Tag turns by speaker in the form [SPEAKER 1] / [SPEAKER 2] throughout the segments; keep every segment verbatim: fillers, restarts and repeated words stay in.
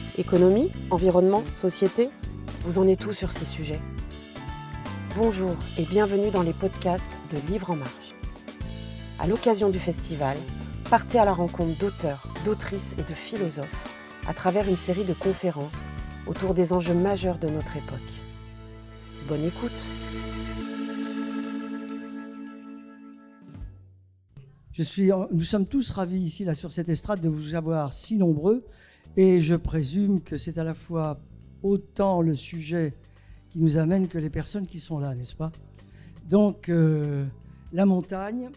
[SPEAKER 1] Économie, environnement, société, vous en êtes où sur ces sujets ? Bonjour et bienvenue dans les podcasts de Livres en Marche. À l'occasion du festival, partez à la rencontre d'auteurs, d'autrices et de philosophes à travers une série de conférences autour des enjeux majeurs de notre époque. Bonne écoute.
[SPEAKER 2] Je suis, nous sommes tous ravis ici, là, sur cette estrade, de vous avoir si nombreux. Et je présume que c'est à la fois autant le sujet qui nous amène que les personnes qui sont là, n'est-ce pas ? Donc, euh, la montagne.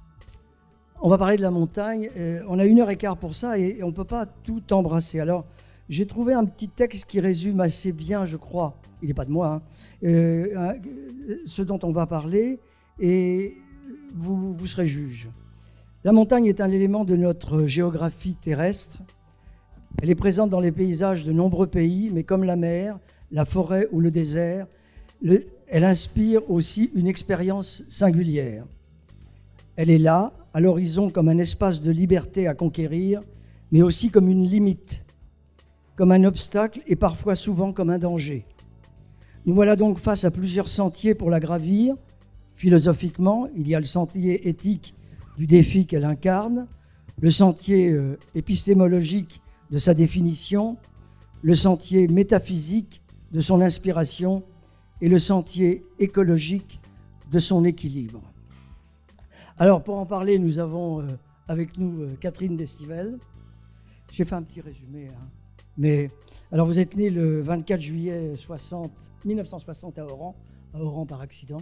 [SPEAKER 2] On va parler de la montagne. Euh, on a une heure et quart pour ça et, et on ne peut pas tout embrasser. Alors, j'ai trouvé un petit texte qui résume assez bien, je crois, il n'est pas de moi, hein, euh, ce dont on va parler, et vous, vous serez juge. La montagne est un élément de notre géographie terrestre. Elle est présente dans les paysages de nombreux pays, mais comme la mer, la forêt ou le désert, le, elle inspire aussi une expérience singulière. Elle est là, à l'horizon, comme un espace de liberté à conquérir, mais aussi comme une limite, comme un obstacle et parfois souvent comme un danger. Nous voilà donc face à plusieurs sentiers pour la gravir. Philosophiquement, il y a le sentier éthique du défi qu'elle incarne, le sentier euh, épistémologique de sa définition, le sentier métaphysique de son inspiration et le sentier écologique de son équilibre. Alors, pour en parler, nous avons euh, avec nous euh, Catherine Destivelle. J'ai fait un petit résumé. Hein. Mais, alors, vous êtes née le vingt-quatre juillet mille neuf cent soixante à Oran, à Oran par accident.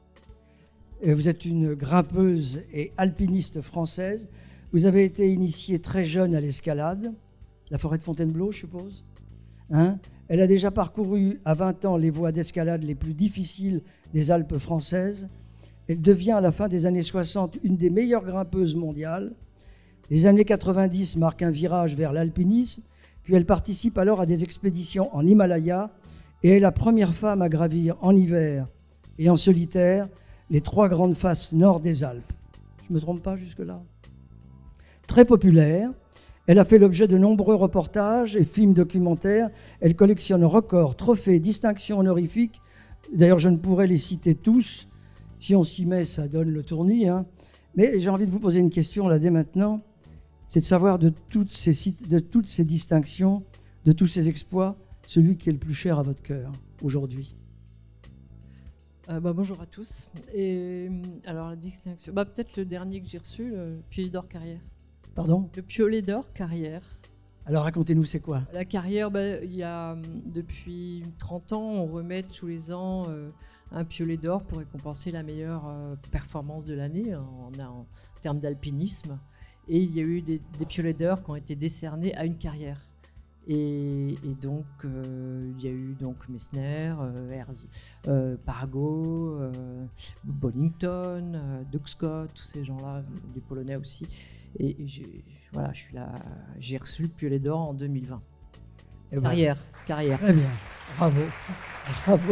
[SPEAKER 2] Et vous êtes une grimpeuse et alpiniste française. Vous avez été initiée très jeune à l'escalade. La forêt de Fontainebleau, je suppose. Hein ? Elle a déjà parcouru à vingt ans les voies d'escalade les plus difficiles des Alpes françaises. Elle devient à la fin des années soixante une des meilleures grimpeuses mondiales. Les années quatre-vingt-dix marquent un virage vers l'alpinisme, puis elle participe alors à des expéditions en Himalaya et est la première femme à gravir en hiver et en solitaire les trois grandes faces nord des Alpes. Je ne me trompe pas jusque-là. Très populaire, elle a fait l'objet de nombreux reportages et films documentaires. Elle collectionne records, trophées, distinctions honorifiques. D'ailleurs, je ne pourrais les citer tous. Si on s'y met, ça donne le tournis. Hein. Mais j'ai envie de vous poser une question là dès maintenant. C'est de savoir de toutes, ces, de toutes ces distinctions, de tous ces exploits, celui qui est le plus cher à votre cœur aujourd'hui.
[SPEAKER 3] Euh, bah, bonjour à tous. Et, alors, la distinction, bah, peut-être le dernier que j'ai reçu, le Piolet d'or carrière.
[SPEAKER 2] Pardon ?
[SPEAKER 3] Le Piolet d'or carrière.
[SPEAKER 2] Alors racontez-nous, c'est quoi ?
[SPEAKER 3] La carrière, bah, il y a depuis trente ans, on remet tous les ans euh, un Piolet d'or pour récompenser la meilleure euh, performance de l'année en, en, en termes d'alpinisme. Et il y a eu des, des Piolets d'or qui ont été décernés à une carrière. Et, et donc, euh, il y a eu donc Messner, euh, Herz, euh, Parago, euh, Bollington, euh, Doug Scott, tous ces gens-là, les Polonais aussi. Et, et j'ai, voilà, je suis là, j'ai reçu le Piolet d'or en deux mille vingt. Et carrière, ben, carrière.
[SPEAKER 2] Très bien, bravo, bravo.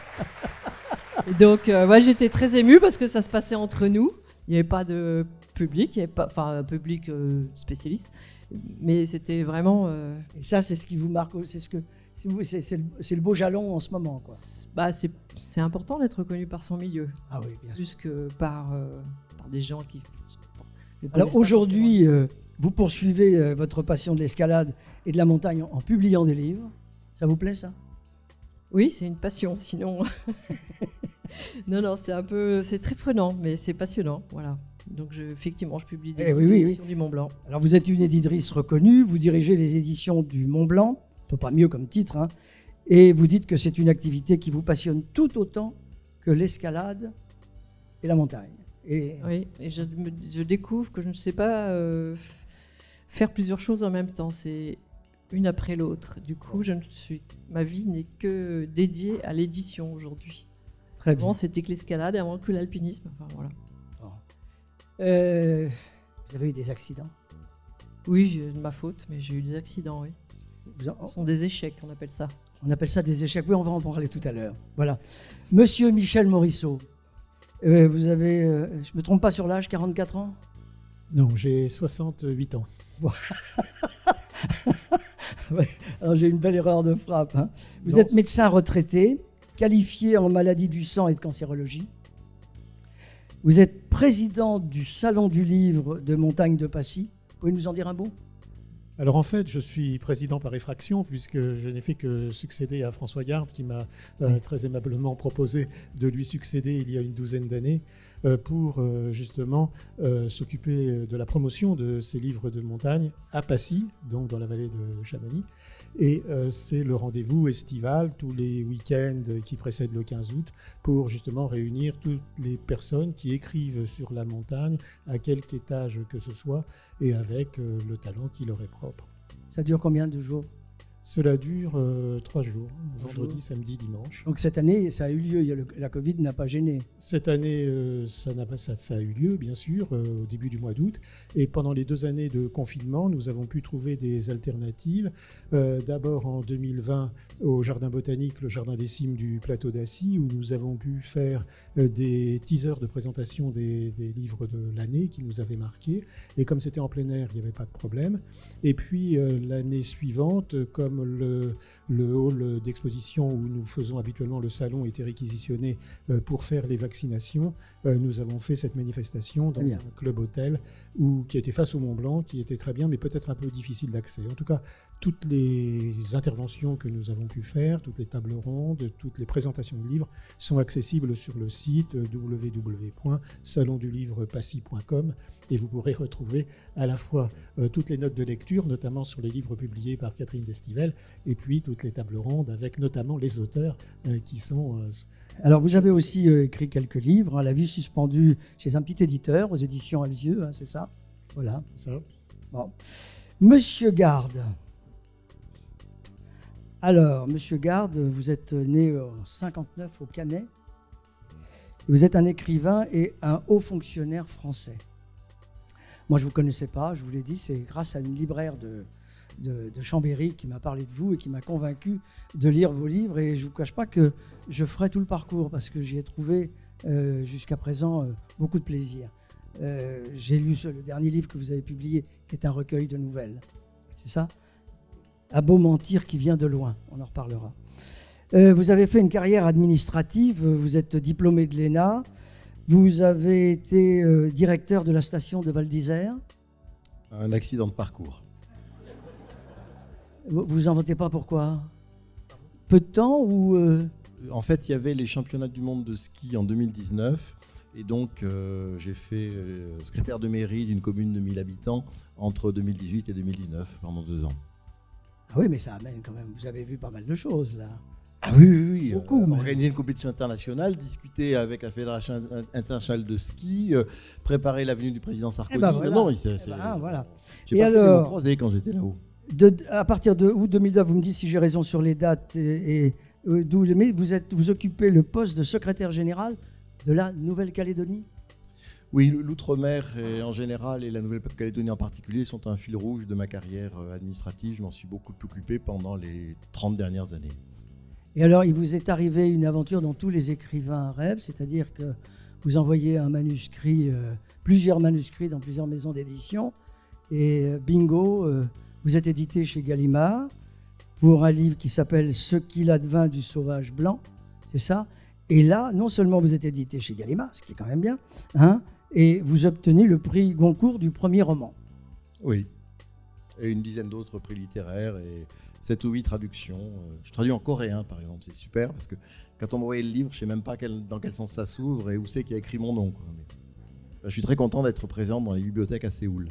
[SPEAKER 3] Et donc, euh, ouais, j'étais très émue parce que ça se passait entre nous. Il n'y avait pas de public, il n'y avait pas, enfin, un public euh, spécialiste. Mais c'était vraiment... Euh...
[SPEAKER 2] Et ça, c'est ce qui vous marque, c'est, ce que, c'est, c'est, le, c'est le beau jalon en ce moment, quoi.
[SPEAKER 3] Bah, c'est, c'est important d'être reconnu par son milieu.
[SPEAKER 2] Ah oui, bien
[SPEAKER 3] plus
[SPEAKER 2] sûr.
[SPEAKER 3] Plus que par, euh, par des gens qui...
[SPEAKER 2] Alors aujourd'hui, euh, vous poursuivez euh, votre passion de l'escalade et de la montagne en, en publiant des livres. Ça vous plaît, ça ?
[SPEAKER 3] Oui, c'est une passion, sinon... non, non, c'est un peu... C'est très prenant, mais c'est passionnant, voilà. Donc, je, effectivement, je publie des
[SPEAKER 2] eh
[SPEAKER 3] livres
[SPEAKER 2] oui, oui,
[SPEAKER 3] sur
[SPEAKER 2] oui.
[SPEAKER 3] du Mont Blanc.
[SPEAKER 2] Alors, vous êtes une éditrice reconnue, vous dirigez les éditions du Mont Blanc, peut pas mieux comme titre, hein, et vous dites que c'est une activité qui vous passionne tout autant que l'escalade et la montagne. Et...
[SPEAKER 3] Oui, et je, je découvre que je ne sais pas euh, faire plusieurs choses en même temps. C'est une après l'autre. Du coup, je ne suis, ma vie n'est que dédiée à l'édition aujourd'hui.
[SPEAKER 2] Très bien.
[SPEAKER 3] Avant, c'était que l'escalade et avant que l'alpinisme. Enfin, voilà.
[SPEAKER 2] Euh, vous avez eu des accidents ?
[SPEAKER 3] Oui, j'ai de ma faute, mais j'ai eu des accidents, oui.
[SPEAKER 2] Vous en...
[SPEAKER 3] Ce sont des échecs, on appelle ça.
[SPEAKER 2] On appelle ça des échecs. Oui, on va en parler tout à l'heure. Voilà. Monsieur Michel Morisseau, euh, vous avez, euh, je ne me trompe pas sur l'âge, quarante-quatre ans ?
[SPEAKER 4] Non, j'ai soixante-huit ans.
[SPEAKER 2] Bon. Ouais. Alors, j'ai une belle erreur de frappe. Hein. Vous
[SPEAKER 4] Non,
[SPEAKER 2] êtes médecin retraité, qualifié en maladie du sang et de cancérologie. Vous êtes président du Salon du Livre de Montagne de Passy. Vous pouvez nous en dire un mot ?
[SPEAKER 4] Alors en fait, je suis président par effraction puisque je n'ai fait que succéder à François Garde qui m'a euh, très aimablement proposé de lui succéder il y a une douzaine d'années euh, pour euh, justement euh, s'occuper de la promotion de ces livres de montagne à Passy, donc dans la vallée de Chamonix. Et euh, c'est le rendez-vous estival tous les week-ends qui précèdent le quinze août pour justement réunir toutes les personnes qui écrivent sur la montagne à quelque étage que ce soit et avec euh, le talent qui leur est propre.
[SPEAKER 2] Ça dure combien de jours ?
[SPEAKER 4] Cela dure euh, trois jours,
[SPEAKER 2] Trois
[SPEAKER 4] vendredi,
[SPEAKER 2] jours.
[SPEAKER 4] samedi, dimanche.
[SPEAKER 2] Donc cette année, ça a eu lieu. Il y a le- la Covid n'a pas gêné.
[SPEAKER 4] Cette année, euh, ça, n'a pas, ça, ça a eu lieu, bien sûr, euh, au début du mois d'août. Et pendant les deux années de confinement, nous avons pu trouver des alternatives. Euh, d'abord en deux mille vingt, au Jardin botanique, le Jardin des Cimes du Plateau d'Assy, où nous avons pu faire euh, des teasers de présentation des, des livres de l'année qui nous avaient marqués. Et comme c'était en plein air, il n'y avait pas de problème. Et puis euh, l'année suivante, comme le, le hall d'exposition où nous faisons habituellement le salon était réquisitionné euh, pour faire les vaccinations, euh, nous avons fait cette manifestation dans
[SPEAKER 2] Très bien.
[SPEAKER 4] un club hôtel où, qui était face au Mont Blanc, qui était très bien, mais peut-être un peu difficile d'accès. En tout cas, toutes les interventions que nous avons pu faire, toutes les tables rondes, toutes les présentations de livres sont accessibles sur le site w w w point salon du livre passy point com et vous pourrez retrouver à la fois euh, toutes les notes de lecture, notamment sur les livres publiés par Catherine Destivelle, et puis toutes les tables rondes avec notamment les auteurs euh, qui sont... euh,
[SPEAKER 2] Alors, vous avez aussi euh, écrit quelques livres, hein, La vie suspendue chez un petit éditeur, aux éditions Alzieux, hein, c'est ça ? Voilà.
[SPEAKER 4] ça.
[SPEAKER 2] Bon. Monsieur Garde. Alors, Monsieur Garde, vous êtes né en cinquante-neuf au Canet. Vous êtes un écrivain et un haut fonctionnaire français. Moi, je ne vous connaissais pas, je vous l'ai dit, c'est grâce à une libraire de, de, de Chambéry qui m'a parlé de vous et qui m'a convaincu de lire vos livres. Et je ne vous cache pas que je ferai tout le parcours parce que j'y ai trouvé euh, jusqu'à présent euh, beaucoup de plaisir. Euh, j'ai lu ce- le dernier livre que vous avez publié, qui est un recueil de nouvelles. C'est ça ? À beau mentir qui vient de loin, on en reparlera. Euh, vous avez fait une carrière administrative, vous êtes diplômé de l'E N A, vous avez été euh, directeur de la station de Val d'Isère.
[SPEAKER 5] Un accident de parcours.
[SPEAKER 2] Vous vous en votez pas pourquoi ? Peu de temps ou... euh,
[SPEAKER 5] En fait, il y avait les championnats du monde de ski en deux mille dix-neuf. Et donc, euh, j'ai fait euh, secrétaire de mairie d'une commune de mille habitants entre deux mille dix-huit et deux mille dix-neuf, pendant deux ans.
[SPEAKER 2] Ah oui, mais ça amène quand même, vous avez vu pas mal de choses là.
[SPEAKER 5] Ah oui, oui, oui.
[SPEAKER 2] Beaucoup,
[SPEAKER 5] Euh,
[SPEAKER 2] mais-
[SPEAKER 5] organiser une compétition internationale, discuter avec la Fédération internationale de ski, euh, préparer l'avenue du président Sarkozy.
[SPEAKER 2] Eh ben voilà.
[SPEAKER 5] Non, non, c'est-
[SPEAKER 2] Eh
[SPEAKER 5] c'est-
[SPEAKER 2] ben, voilà.
[SPEAKER 5] J'ai
[SPEAKER 2] Et
[SPEAKER 5] pas fait les
[SPEAKER 2] alors
[SPEAKER 5] mots croisés quand j'étais là-haut.
[SPEAKER 2] De, à partir de août deux mille neuf, vous me dites si j'ai raison sur les dates, et, et, euh, d'où le- mais vous, êtes, vous occupez le poste de secrétaire général de la Nouvelle-Calédonie.
[SPEAKER 5] Oui, l'outre-mer et en général et la Nouvelle-Calédonie en particulier sont un fil rouge de ma carrière euh, administrative. Je m'en suis beaucoup occupé pendant les trente dernières années.
[SPEAKER 2] Et alors, il vous est arrivé une aventure dont tous les écrivains rêvent, c'est-à-dire que vous envoyez un manuscrit, euh, plusieurs manuscrits dans plusieurs maisons d'édition, et euh, bingo, euh, vous êtes édité chez Gallimard pour un livre qui s'appelle « Ce qu'il advint du sauvage blanc », c'est ça. Et là, non seulement vous êtes édité chez Gallimard, ce qui est quand même bien, hein, et vous obtenez le prix Goncourt du premier roman.
[SPEAKER 5] Oui. Et une dizaine d'autres prix littéraires et sept ou huit traductions. Euh, Je traduis en coréen, par exemple. C'est super parce que quand on m'envoyait le livre, je ne sais même pas quel- dans quel sens ça s'ouvre et où c'est qui a écrit mon nom, quoi. Mais, euh, je suis très content d'être présent dans les bibliothèques à Séoul.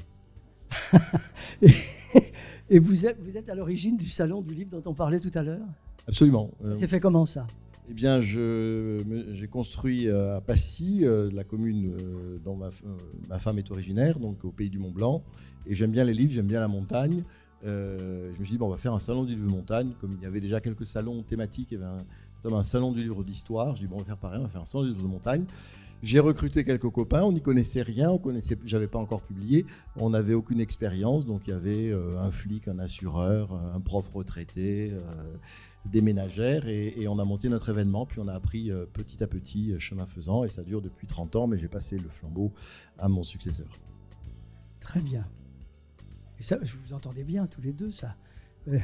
[SPEAKER 2] Et vous êtes, vous êtes à l'origine du salon du livre dont on parlait tout à l'heure.
[SPEAKER 5] Absolument. Euh,
[SPEAKER 2] C'est fait comment ça ?
[SPEAKER 5] Eh bien, je, me- j'ai construit euh, à Passy, euh, la commune euh, dont ma, f- euh, ma femme est originaire, donc au pays du Mont Blanc. Et j'aime bien les livres, j'aime bien la montagne. Euh, je me suis dit, bon, on va faire un salon du livre de montagne. Comme il y avait déjà quelques salons thématiques, il y avait un, notamment un salon du livre d'histoire. Je dis, bon, on va faire pareil, on va faire un salon du livre de montagne. J'ai recruté quelques copains, on n'y connaissait rien, on connaissait, j'avais pas encore publié, on n'avait aucune expérience, donc il y avait euh, un flic, un assureur, un prof retraité, euh, des ménagères, et, et on a monté notre événement, puis on a appris euh, petit à petit, euh, chemin faisant, et ça dure depuis trente ans, mais j'ai passé le flambeau à mon successeur.
[SPEAKER 2] Très bien. Et ça, je vous entendais bien tous les deux, ça. Euh,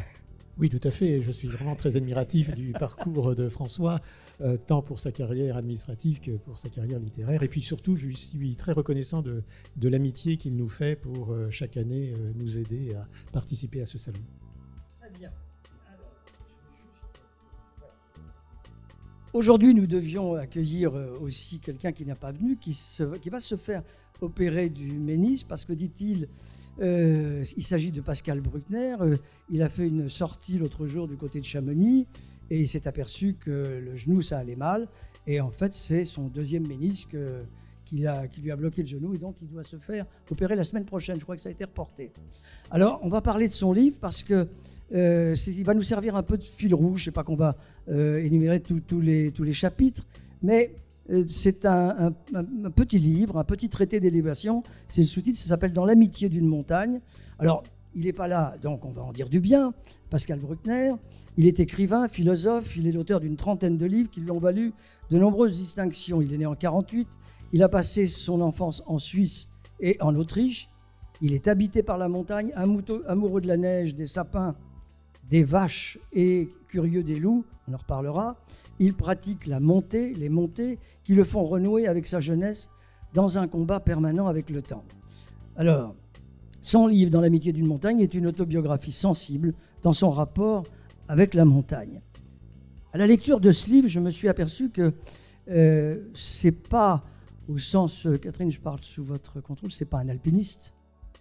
[SPEAKER 4] Oui, tout à fait. Je suis vraiment très admiratif du parcours de François, euh, tant pour sa carrière administrative que pour sa carrière littéraire. Et puis surtout, je suis très reconnaissant de, de l'amitié qu'il nous fait pour euh, chaque année euh, nous aider à participer à ce salon.
[SPEAKER 2] Très bien. Alors, je vais juste... Aujourd'hui, nous devions accueillir aussi quelqu'un qui n'a pas venu, qui, se, qui va se faire opérer du ménisque, parce que, dit-il, euh, il s'agit de Pascal Bruckner. Euh, il a fait une sortie l'autre jour du côté de Chamonix et il s'est aperçu que le genou, ça allait mal. Et en fait, c'est son deuxième ménisque euh, qui, a, qui lui a bloqué le genou et donc il doit se faire opérer la semaine prochaine. Je crois que ça a été reporté. Alors, on va parler de son livre parce que euh, il va nous servir un peu de fil rouge. Je ne sais pas qu'on va euh, énumérer tous les, tous les chapitres, mais c'est un, un, un petit livre, un petit traité d'élévation. C'est le sous-titre, ça s'appelle « Dans l'amitié d'une montagne ». Alors, il n'est pas là, donc on va en dire du bien, Pascal Bruckner. Il est écrivain, philosophe, il est l'auteur d'une trentaine de livres qui lui ont valu de nombreuses distinctions. Il est né en quarante-huit, il a passé son enfance en Suisse et en Autriche. Il est habité par la montagne, amoureux de la neige, des sapins, des vaches et curieux des loups, on en reparlera. Il pratique la montée, les montées qui le font renouer avec sa jeunesse dans un combat permanent avec le temps. Alors, son livre « Dans l'amitié d'une montagne » est une autobiographie sensible dans son rapport avec la montagne. À la lecture de ce livre, je me suis aperçu que euh, c'est pas, au sens, euh, Catherine, je parle sous votre contrôle, c'est pas un alpiniste,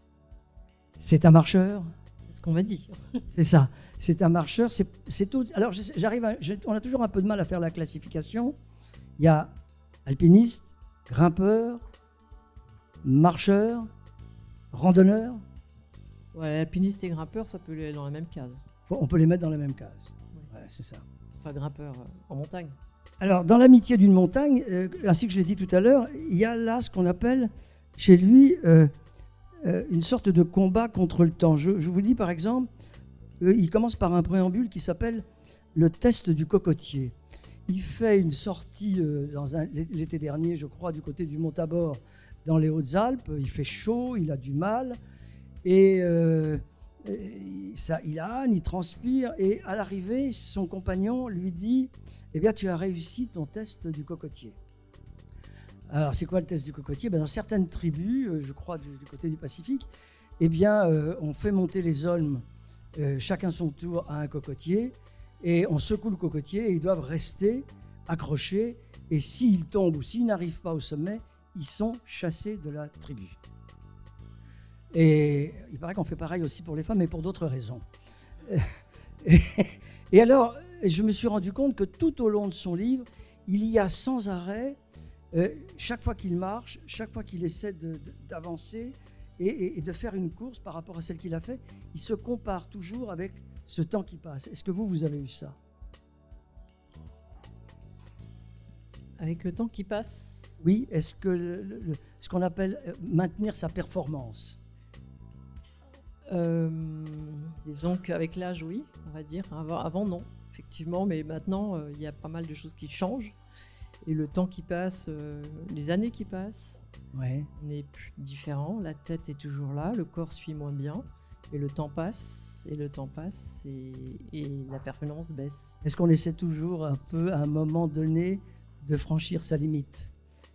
[SPEAKER 2] c'est un marcheur.
[SPEAKER 3] C'est ce qu'on m'a dit.
[SPEAKER 2] C'est ça. C'est un marcheur. C'est, c'est tout. Alors, j'arrive à, on a toujours un peu de mal à faire la classification. Il y a alpiniste, grimpeur, marcheur, randonneur.
[SPEAKER 3] Ouais, alpiniste et grimpeur, ça peut aller dans la même case.
[SPEAKER 2] Faut, on peut les mettre dans la même case.
[SPEAKER 3] Ouais.
[SPEAKER 2] Ouais, c'est ça.
[SPEAKER 3] Enfin, grimpeur euh, en montagne.
[SPEAKER 2] Alors, dans l'amitié d'une montagne, euh, ainsi que je l'ai dit tout à l'heure, il y a là ce qu'on appelle chez lui euh, euh, une sorte de combat contre le temps. Je, je vous dis par exemple, euh, il commence par un préambule qui s'appelle le test du cocotier. Il fait une sortie euh, dans un, l'été dernier, je crois, du côté du Mont Tabor, dans les Hautes-Alpes. Il fait chaud, il a du mal, et euh, ça, il âne, il transpire, et à l'arrivée, son compagnon lui dit « Eh bien, tu as réussi ton test du cocotier ». Alors, c'est quoi le test du cocotier? Ben, dans certaines tribus, euh, je crois du, du côté du Pacifique, eh bien, euh, on fait monter les olmes, euh, chacun son tour à un cocotier, et on secoue le cocotier, et ils doivent rester accrochés, et s'ils tombent ou s'ils n'arrivent pas au sommet, ils sont chassés de la tribu. Et il paraît qu'on fait pareil aussi pour les femmes, mais pour d'autres raisons. Et, et alors, je me suis rendu compte que tout au long de son livre, il y a sans arrêt, euh, chaque fois qu'il marche, chaque fois qu'il essaie de, de, d'avancer et, et, et de faire une course par rapport à celle qu'il a faite, il se compare toujours avec ce temps qui passe. Est-ce que vous, vous avez eu ça?
[SPEAKER 3] Avec le temps qui passe?
[SPEAKER 2] Oui, est-ce que le, le, ce qu'on appelle maintenir sa performance?
[SPEAKER 3] euh, Disons qu'avec l'âge, oui, on va dire. Avant, avant non, effectivement, mais maintenant, euh, il y a pas mal de choses qui changent. Et le temps qui passe, euh, les années qui passent,
[SPEAKER 2] ouais.
[SPEAKER 3] On est plus différent. La tête est toujours là, le corps suit moins bien. Et le temps passe, et le temps passe, et, et la performance baisse.
[SPEAKER 2] Est-ce qu'on essaie toujours un peu, à un moment donné, de franchir sa limite?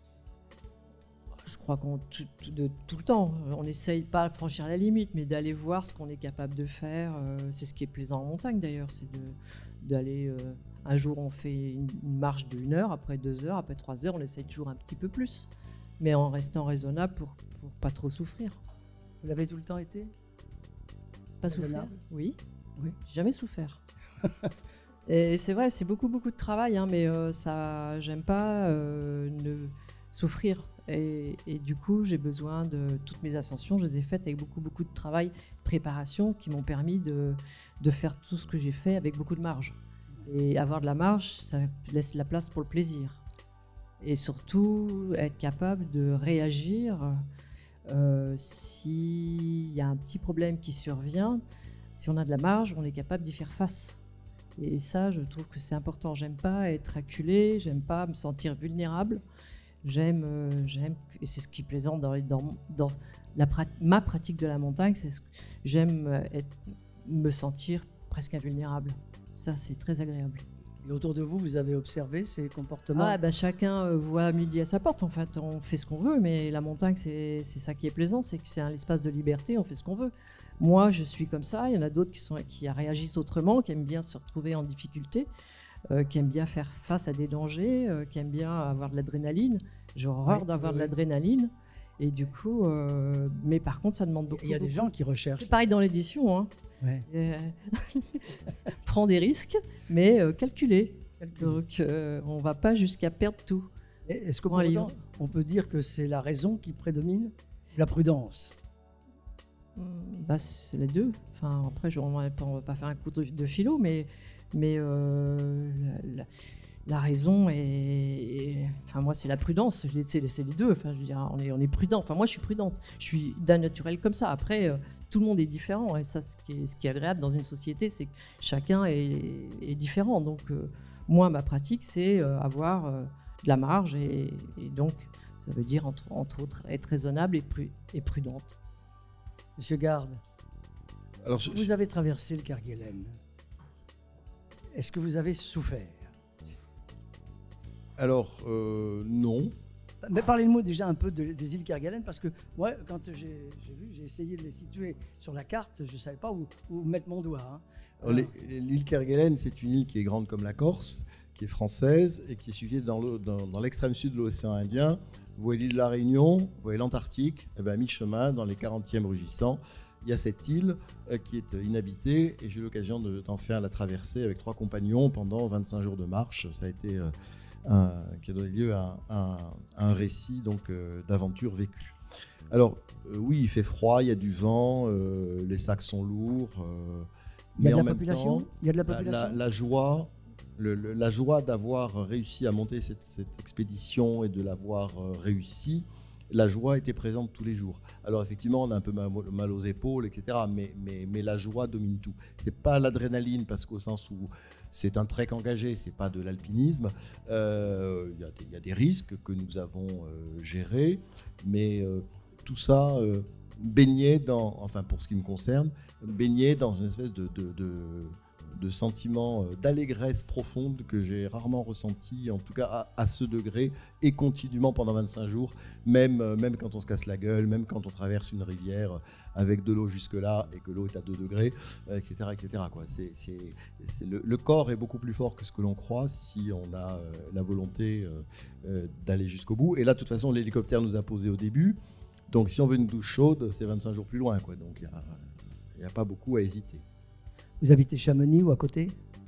[SPEAKER 3] Je crois qu'on tout, tout, de, tout le temps, on n'essaye pas de franchir la limite, mais d'aller voir ce qu'on est capable de faire. Euh, c'est ce qui est plaisant en montagne d'ailleurs, c'est de, d'aller... Euh, un jour on fait une, une marche de une heure, après deux heures, après trois heures, on essaye toujours un petit peu plus, mais en restant raisonnable pour pour pas trop souffrir.
[SPEAKER 2] Vous l'avez tout le temps été?
[SPEAKER 3] Pas souffrir? Oui.
[SPEAKER 2] Oui.
[SPEAKER 3] J'ai jamais souffert. Et c'est vrai, c'est beaucoup beaucoup de travail, hein, mais euh, ça, j'aime pas euh, ne souffrir. Et, et du coup, j'ai besoin de toutes mes ascensions. Je les ai faites avec beaucoup beaucoup de travail, de préparation, qui m'ont permis de de faire tout ce que j'ai fait avec beaucoup de marge. Et avoir de la marge, ça laisse la place pour le plaisir. Et surtout, être capable de réagir euh, s'il y a un petit problème qui survient. Si on a de la marge, on est capable d'y faire face. Et ça, je trouve que c'est important. J'aime pas être acculé, j'aime pas me sentir vulnérable. J'aime, euh, j'aime, et c'est ce qui est plaisant dans, dans, dans la, ma pratique de la montagne, c'est ce que j'aime être, me sentir presque invulnérable. Ça, c'est très agréable.
[SPEAKER 2] Et autour de vous, vous avez observé ces comportements?
[SPEAKER 3] Ah, bah, chacun euh, voit midi à sa porte. En fait, on fait ce qu'on veut, mais la montagne, c'est c'est ça qui est plaisant, c'est que c'est un espace de liberté, on fait ce qu'on veut. Moi, je suis comme ça. Il y en a d'autres qui, sont, qui réagissent autrement, qui aiment bien se retrouver en difficulté, euh, qui aiment bien faire face à des dangers, euh, qui aiment bien avoir de l'adrénaline. J'ai horreur
[SPEAKER 2] Oui,
[SPEAKER 3] d'avoir
[SPEAKER 2] oui,
[SPEAKER 3] de
[SPEAKER 2] oui.
[SPEAKER 3] l'adrénaline. Et du coup, euh, mais par contre, ça demande beaucoup.
[SPEAKER 2] Il y a des
[SPEAKER 3] beaucoup.
[SPEAKER 2] gens qui recherchent.
[SPEAKER 3] C'est pareil dans l'édition. Hein.
[SPEAKER 2] Ouais.
[SPEAKER 3] Euh, prends des risques, mais euh, calculés. Donc, euh, on ne va pas jusqu'à perdre tout.
[SPEAKER 2] Et Est-ce que
[SPEAKER 3] Bon,
[SPEAKER 2] pour
[SPEAKER 3] allez,
[SPEAKER 2] autant, on peut dire que c'est la raison qui prédomine, la prudence?
[SPEAKER 3] Hum, Bah, c'est les deux. Enfin, après, je, on ne va pas faire un coup de, de philo, mais, mais euh, la, la- la raison est, est- Enfin, moi, c'est la prudence. C'est c'est- c'est les deux. Enfin, je veux dire, on est, on est prudent. Enfin, moi, je suis prudente. Je suis d'un naturel comme ça. Après, euh, tout le monde est différent. Et ça, ce qui est, ce qui est agréable dans une société, c'est que chacun est, est différent. Donc, euh, moi, ma pratique, c'est euh, avoir euh, de la marge. Et, et donc, ça veut dire, entre, entre autres, être raisonnable et, pru- et prudente.
[SPEAKER 2] Monsieur Garde,
[SPEAKER 5] Alors, je-
[SPEAKER 2] vous avez traversé le Kerguelen. Est-ce que vous avez souffert?
[SPEAKER 5] alors euh, non.
[SPEAKER 2] Mais parlez-moi déjà un peu de- des îles Kerguelen, parce que moi, quand j'ai j'ai vu, j'ai essayé de les situer sur la carte, je ne savais pas où, où mettre mon doigt. Hein.
[SPEAKER 5] Alors, les- les- L'île Kerguelen, c'est une île qui est grande comme la Corse, qui est française et qui est située dans le- dans- dans l'extrême sud de l'océan Indien. Vous voyez l'île de la Réunion, vous voyez l'Antarctique, et bien à mi-chemin, dans les quarantièmes rugissants, il y a cette île euh, qui est inhabitée et j'ai eu l'occasion de- d'en faire la traversée avec trois compagnons pendant vingt-cinq jours de marche. Ça a été euh, un, qui a donné lieu à un, à un récit donc euh, d'aventure vécue. Alors euh, oui, il fait froid, il y a du vent, euh, les sacs sont lourds. euh,
[SPEAKER 2] Il y a
[SPEAKER 5] mais
[SPEAKER 2] de
[SPEAKER 5] en
[SPEAKER 2] la
[SPEAKER 5] même
[SPEAKER 2] population
[SPEAKER 5] temps,
[SPEAKER 2] Il y a de la
[SPEAKER 5] la,
[SPEAKER 2] population
[SPEAKER 5] la- la joie, le- le- la joie d'avoir réussi à monter cette, cette expédition et de l'avoir euh, réussi, la joie était présente tous les jours. Alors effectivement, on a un peu mal, mal aux épaules, et cetera. Mais, mais, mais la joie domine tout. C'est pas l'adrénaline parce qu'au sens où c'est un trek engagé, c'est pas de l'alpinisme. Euh, Il y, a des- il y a des risques que nous avons euh, gérés, mais euh, tout ça euh, baignait dans, enfin pour ce qui me concerne, baignait dans une espèce de, de, de, de sentiment euh, d'allégresse profonde que j'ai rarement ressenti, en tout cas à, à ce degré, et continuellement pendant vingt-cinq jours, même, euh, même quand on se casse la gueule, même quand on traverse une rivière avec de l'eau jusque-là et que l'eau est à deux degrés, euh, et cetera et cetera quoi. C'est, c'est, c'est le, le corps est beaucoup plus fort que ce que l'on croit si on a euh, la volonté euh, euh, d'aller jusqu'au bout. Et là, de toute façon, l'hélicoptère nous a posé au début, donc si on veut une douche chaude, c'est vingt-cinq jours plus loin, quoi. Donc il n'y a, a pas beaucoup à hésiter.
[SPEAKER 2] Vous habitez Chamonix ou à côté?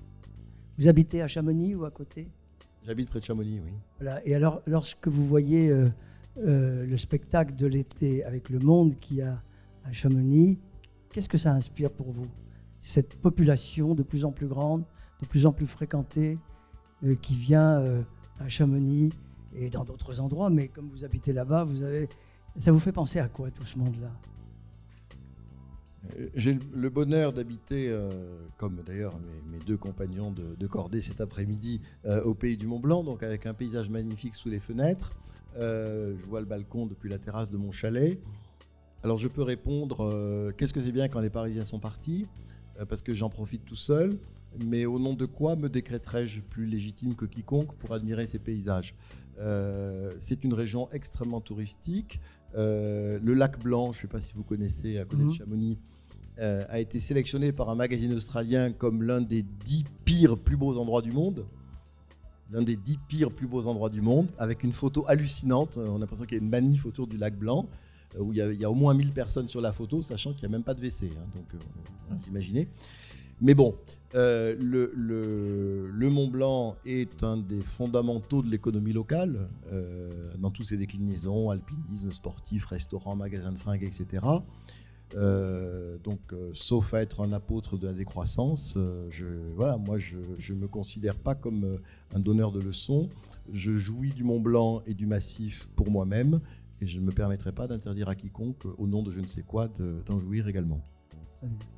[SPEAKER 2] Vous habitez à Chamonix ou à côté?
[SPEAKER 5] J'habite près de Chamonix, oui.
[SPEAKER 2] Voilà. Et alors, lorsque vous voyez euh, euh, le spectacle de l'été avec le monde qu'il y a à Chamonix, qu'est-ce que ça inspire pour vous? Cette population de plus en plus grande, de plus en plus fréquentée, euh, qui vient euh, à Chamonix et dans d'autres endroits, mais comme vous habitez là-bas, vous avez... ça vous fait penser à quoi tout ce monde-là?
[SPEAKER 5] Euh, J'ai le- le bonheur d'habiter, euh, comme d'ailleurs mes, mes deux compagnons de, de cordée cet après-midi, euh, au pays du Mont-Blanc, donc avec un paysage magnifique sous les fenêtres. Euh, je vois le balcon depuis la terrasse de mon chalet. Alors je peux répondre, euh, qu'est-ce que c'est bien quand les Parisiens sont partis, euh, parce que j'en profite tout seul, mais au nom de quoi me décréterais-je plus légitime que quiconque pour admirer ces paysages? Euh, c'est une région extrêmement touristique. Euh, le lac Blanc, je ne sais pas si vous connaissez, à côté
[SPEAKER 2] Mhm.
[SPEAKER 5] de Chamonix, euh, a été sélectionné par un magazine australien comme l'un des dix pires plus beaux endroits du monde. L'un des dix pires plus beaux endroits du monde, avec une photo hallucinante. On a l'impression qu'il y a une manif autour du lac Blanc, euh, où il y, a, il y a au moins mille personnes sur la photo, sachant qu'il n'y a même pas de W C. Hein, donc, euh, vous imaginez. Mais bon, euh, le, le, le Mont Blanc est un des fondamentaux de l'économie locale, euh, dans toutes ses déclinaisons, alpinisme, sportif, restaurant, magasin de fringues, et cetera. Euh, donc, euh, sauf à être un apôtre de la décroissance, euh, je, voilà, moi je ne me considère pas comme euh, un donneur de leçons. Je jouis du Mont Blanc et du massif pour moi-même, et je ne me permettrai pas d'interdire à quiconque, au nom de je ne sais quoi, de, d'en jouir également.
[SPEAKER 2] Très bien.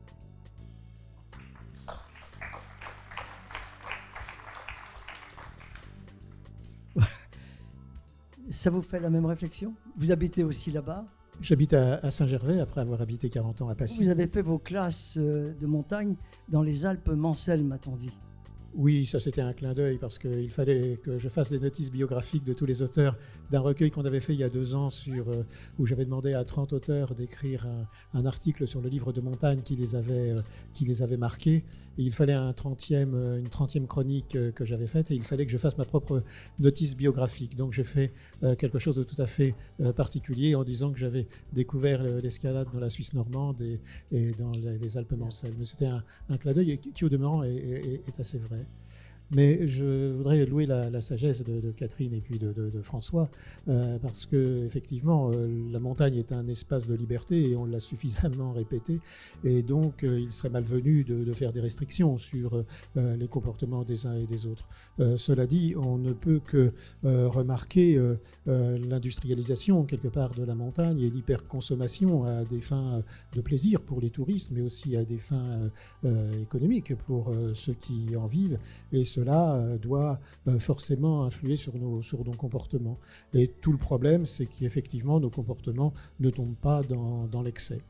[SPEAKER 2] Ça vous fait la même réflexion? Vous habitez aussi là-bas?
[SPEAKER 4] J'habite à, à Saint-Gervais après avoir habité quarante ans à Passy.
[SPEAKER 2] Vous avez fait vos classes de montagne dans les Alpes Mancelles, m'a-t-on dit.
[SPEAKER 4] Oui, ça c'était un clin d'œil parce qu'il fallait que je fasse des notices biographiques de tous les auteurs d'un recueil qu'on avait fait il y a deux ans sur, euh, où j'avais demandé à trente auteurs d'écrire un, un article sur le livre de montagne qui les avait, euh, qui les avait marqués. Et il fallait un trentième, une trentième chronique euh, que j'avais faite et il fallait que je fasse ma propre notice biographique. Donc j'ai fait euh, quelque chose de tout à fait euh, particulier en disant que j'avais découvert l'escalade dans la Suisse normande et, et dans les, les Alpes Mancelles. Mais c'était un, un clin d'œil qui, qui au demeurant est, est, est assez vrai. Mais je voudrais louer la, la sagesse de, de Catherine et puis de, de, de François, euh, parce que effectivement, euh, la montagne est un espace de liberté et on l'a suffisamment répété. Et donc, euh, il serait malvenu de, de faire des restrictions sur euh, les comportements des uns et des autres. Euh, cela dit, on ne peut que euh, remarquer euh, euh, l'industrialisation quelque part de la montagne et l'hyperconsommation à des fins de plaisir pour les touristes, mais aussi à des fins euh, économiques pour euh, ceux qui en vivent. Et cela euh, doit euh, forcément influer sur nos, sur nos comportements. Et tout le problème, c'est qu'effectivement, nos comportements ne tombent pas dans, dans l'excès.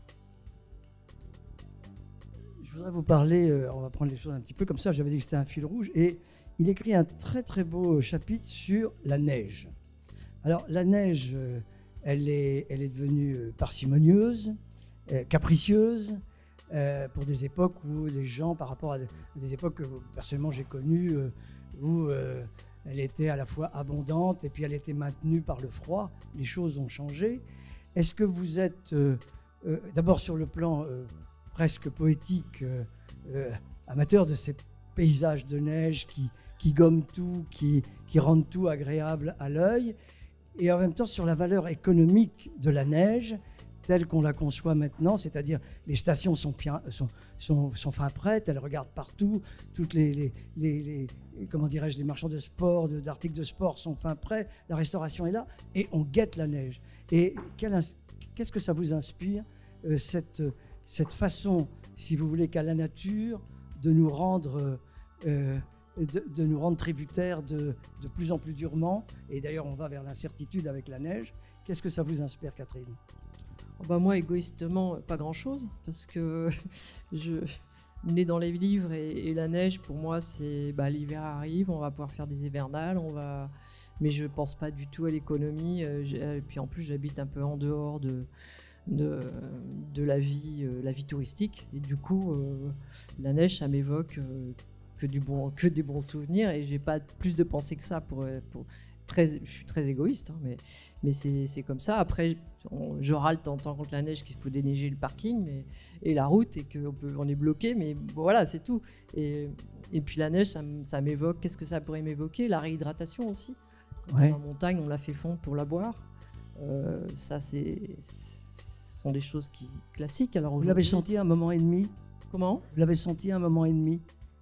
[SPEAKER 2] Je voudrais vous parler, euh, on va prendre les choses un petit peu comme ça, j'avais dit que c'était un fil rouge, et il écrit un très très beau chapitre sur la neige. Alors la neige, euh, elle, est, elle est devenue euh, parcimonieuse, euh, capricieuse, Euh, pour des époques où des gens, par rapport à des, à des époques que personnellement j'ai connues, euh, où euh, elle était à la fois abondante et puis elle était maintenue par le froid, les choses ont changé. Est-ce que vous êtes, euh, euh, d'abord sur le plan euh, presque poétique, euh, euh, amateur de ces paysages de neige qui, qui gomment tout, qui, qui rendent tout agréable à l'œil, et en même temps sur la valeur économique de la neige, telle qu'on la conçoit maintenant, c'est-à-dire les stations sont, bien, sont, sont, sont fin prêtes, elles regardent partout, toutes les, les, les, les, comment dirais-je, les marchands de sport, de, d'articles de sport sont fin prêts, la restauration est là, et on guette la neige. Et quel, qu'est-ce que ça vous inspire, euh, cette, cette façon, si vous voulez, qu'a la nature de nous rendre, euh, de, de nous rendre tributaires de, de plus en plus durement, et d'ailleurs on va vers l'incertitude avec la neige. Qu'est-ce que ça vous inspire, Catherine ?
[SPEAKER 3] Bah moi, égoïstement, pas grand-chose, parce que je née dans les livres et, et la neige, pour moi, c'est bah, l'hiver arrive, on va pouvoir faire des hivernales, on va, mais je pense pas du tout à l'économie. Et puis en plus, j'habite un peu en dehors de de, de la vie, euh, la vie touristique, et du coup, euh, la neige, ça m'évoque euh, que du bon, que des bons souvenirs, et j'ai pas plus de pensée que ça pour pour Très, je suis très égoïste, hein, mais, mais c'est, c'est comme ça. Après, on, je râle de temps en temps contre la neige qu'il faut déneiger le parking mais, et la route et qu'on peut, on est bloqué, mais bon, voilà, c'est tout. Et, et puis la neige, ça, ça m'évoque, qu'est-ce que ça pourrait m'évoquer ? La réhydratation aussi. Quand ouais. on est en montagne, on la fait fondre pour la boire. Euh, ça, c'est, ce sont des choses qui, classiques. Alors,
[SPEAKER 2] vous l'avez senti un moment et demi ?
[SPEAKER 3] Comment ?
[SPEAKER 2] Vous l'avez senti un moment et demi ?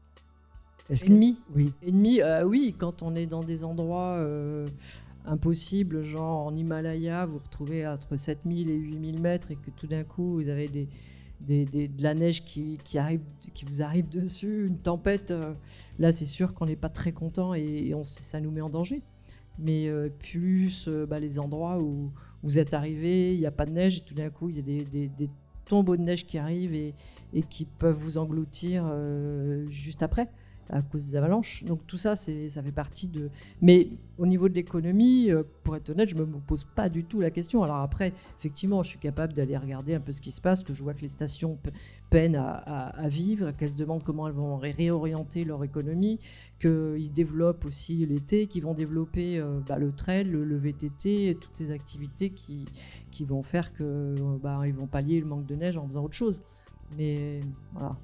[SPEAKER 3] Est-ce ennemi
[SPEAKER 2] que... Oui.
[SPEAKER 3] Ennemi, euh, oui, quand on est dans des endroits euh, impossibles, genre en Himalaya, vous vous retrouvez entre sept mille et huit mille mètres et que tout d'un coup, vous avez des, des, des, de la neige qui, qui, arrive, qui vous arrive dessus, une tempête, euh, là, c'est sûr qu'on n'est pas très content et, et on, ça nous met en danger. Mais euh, plus euh, bah, les endroits où vous êtes arrivé, il n'y a pas de neige et tout d'un coup, il y a des, des, des tombeaux de neige qui arrivent et, et qui peuvent vous engloutir euh, juste après, à cause des avalanches. Donc tout ça, c'est, ça fait partie de... Mais au niveau de l'économie, euh, pour être honnête, je ne me pose pas du tout la question. Alors après, effectivement, je suis capable d'aller regarder un peu ce qui se passe, que je vois que les stations pe- peinent à, à, à vivre, qu'elles se demandent comment elles vont ré- réorienter leur économie, qu'ils développent aussi l'été, qu'ils vont développer euh, bah, le trail, le, le V T T, et toutes ces activités qui, qui vont faire qu'ils euh, bah, vont pallier le manque de neige en faisant autre chose. Mais voilà.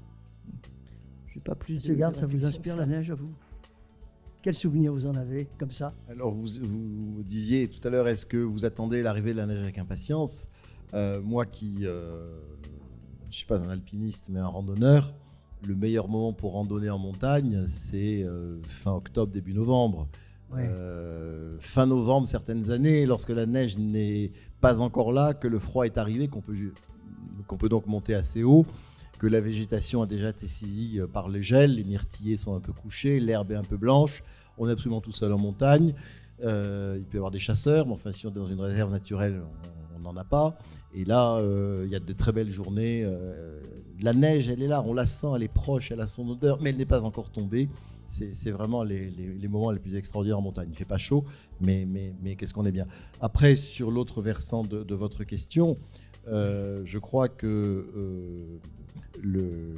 [SPEAKER 3] J'ai pas plus
[SPEAKER 2] Monsieur
[SPEAKER 3] de,
[SPEAKER 2] Garde,
[SPEAKER 3] de
[SPEAKER 2] ça vous inspire
[SPEAKER 3] ça.
[SPEAKER 2] La neige à vous ? Quel souvenir vous en avez comme ça ?
[SPEAKER 5] Alors vous, vous disiez tout à l'heure, est-ce que vous attendez l'arrivée de la neige avec impatience ? euh, Moi qui euh, je suis pas un alpiniste mais un randonneur, le meilleur moment pour randonner en montagne, c'est euh, fin octobre, début novembre. Ouais. Euh, fin novembre, certaines années, lorsque la neige n'est pas encore là, que le froid est arrivé, qu'on peut, qu'on peut donc monter assez haut, que la végétation a déjà été saisie par le gel, les myrtillers sont un peu couchés, l'herbe est un peu blanche, on est absolument tout seul en montagne, euh, il peut y avoir des chasseurs, mais enfin si on est dans une réserve naturelle, on on n'en a pas. Et là, euh, il y a de très belles journées. Euh, la neige, elle est là, on la sent, elle est proche, elle a son odeur, mais elle n'est pas encore tombée. C'est, c'est vraiment les, les, les moments les plus extraordinaires en montagne. Il ne fait pas chaud, mais, mais, mais qu'est-ce qu'on est bien. Après, sur l'autre versant de, de votre question, euh, je crois que euh, le,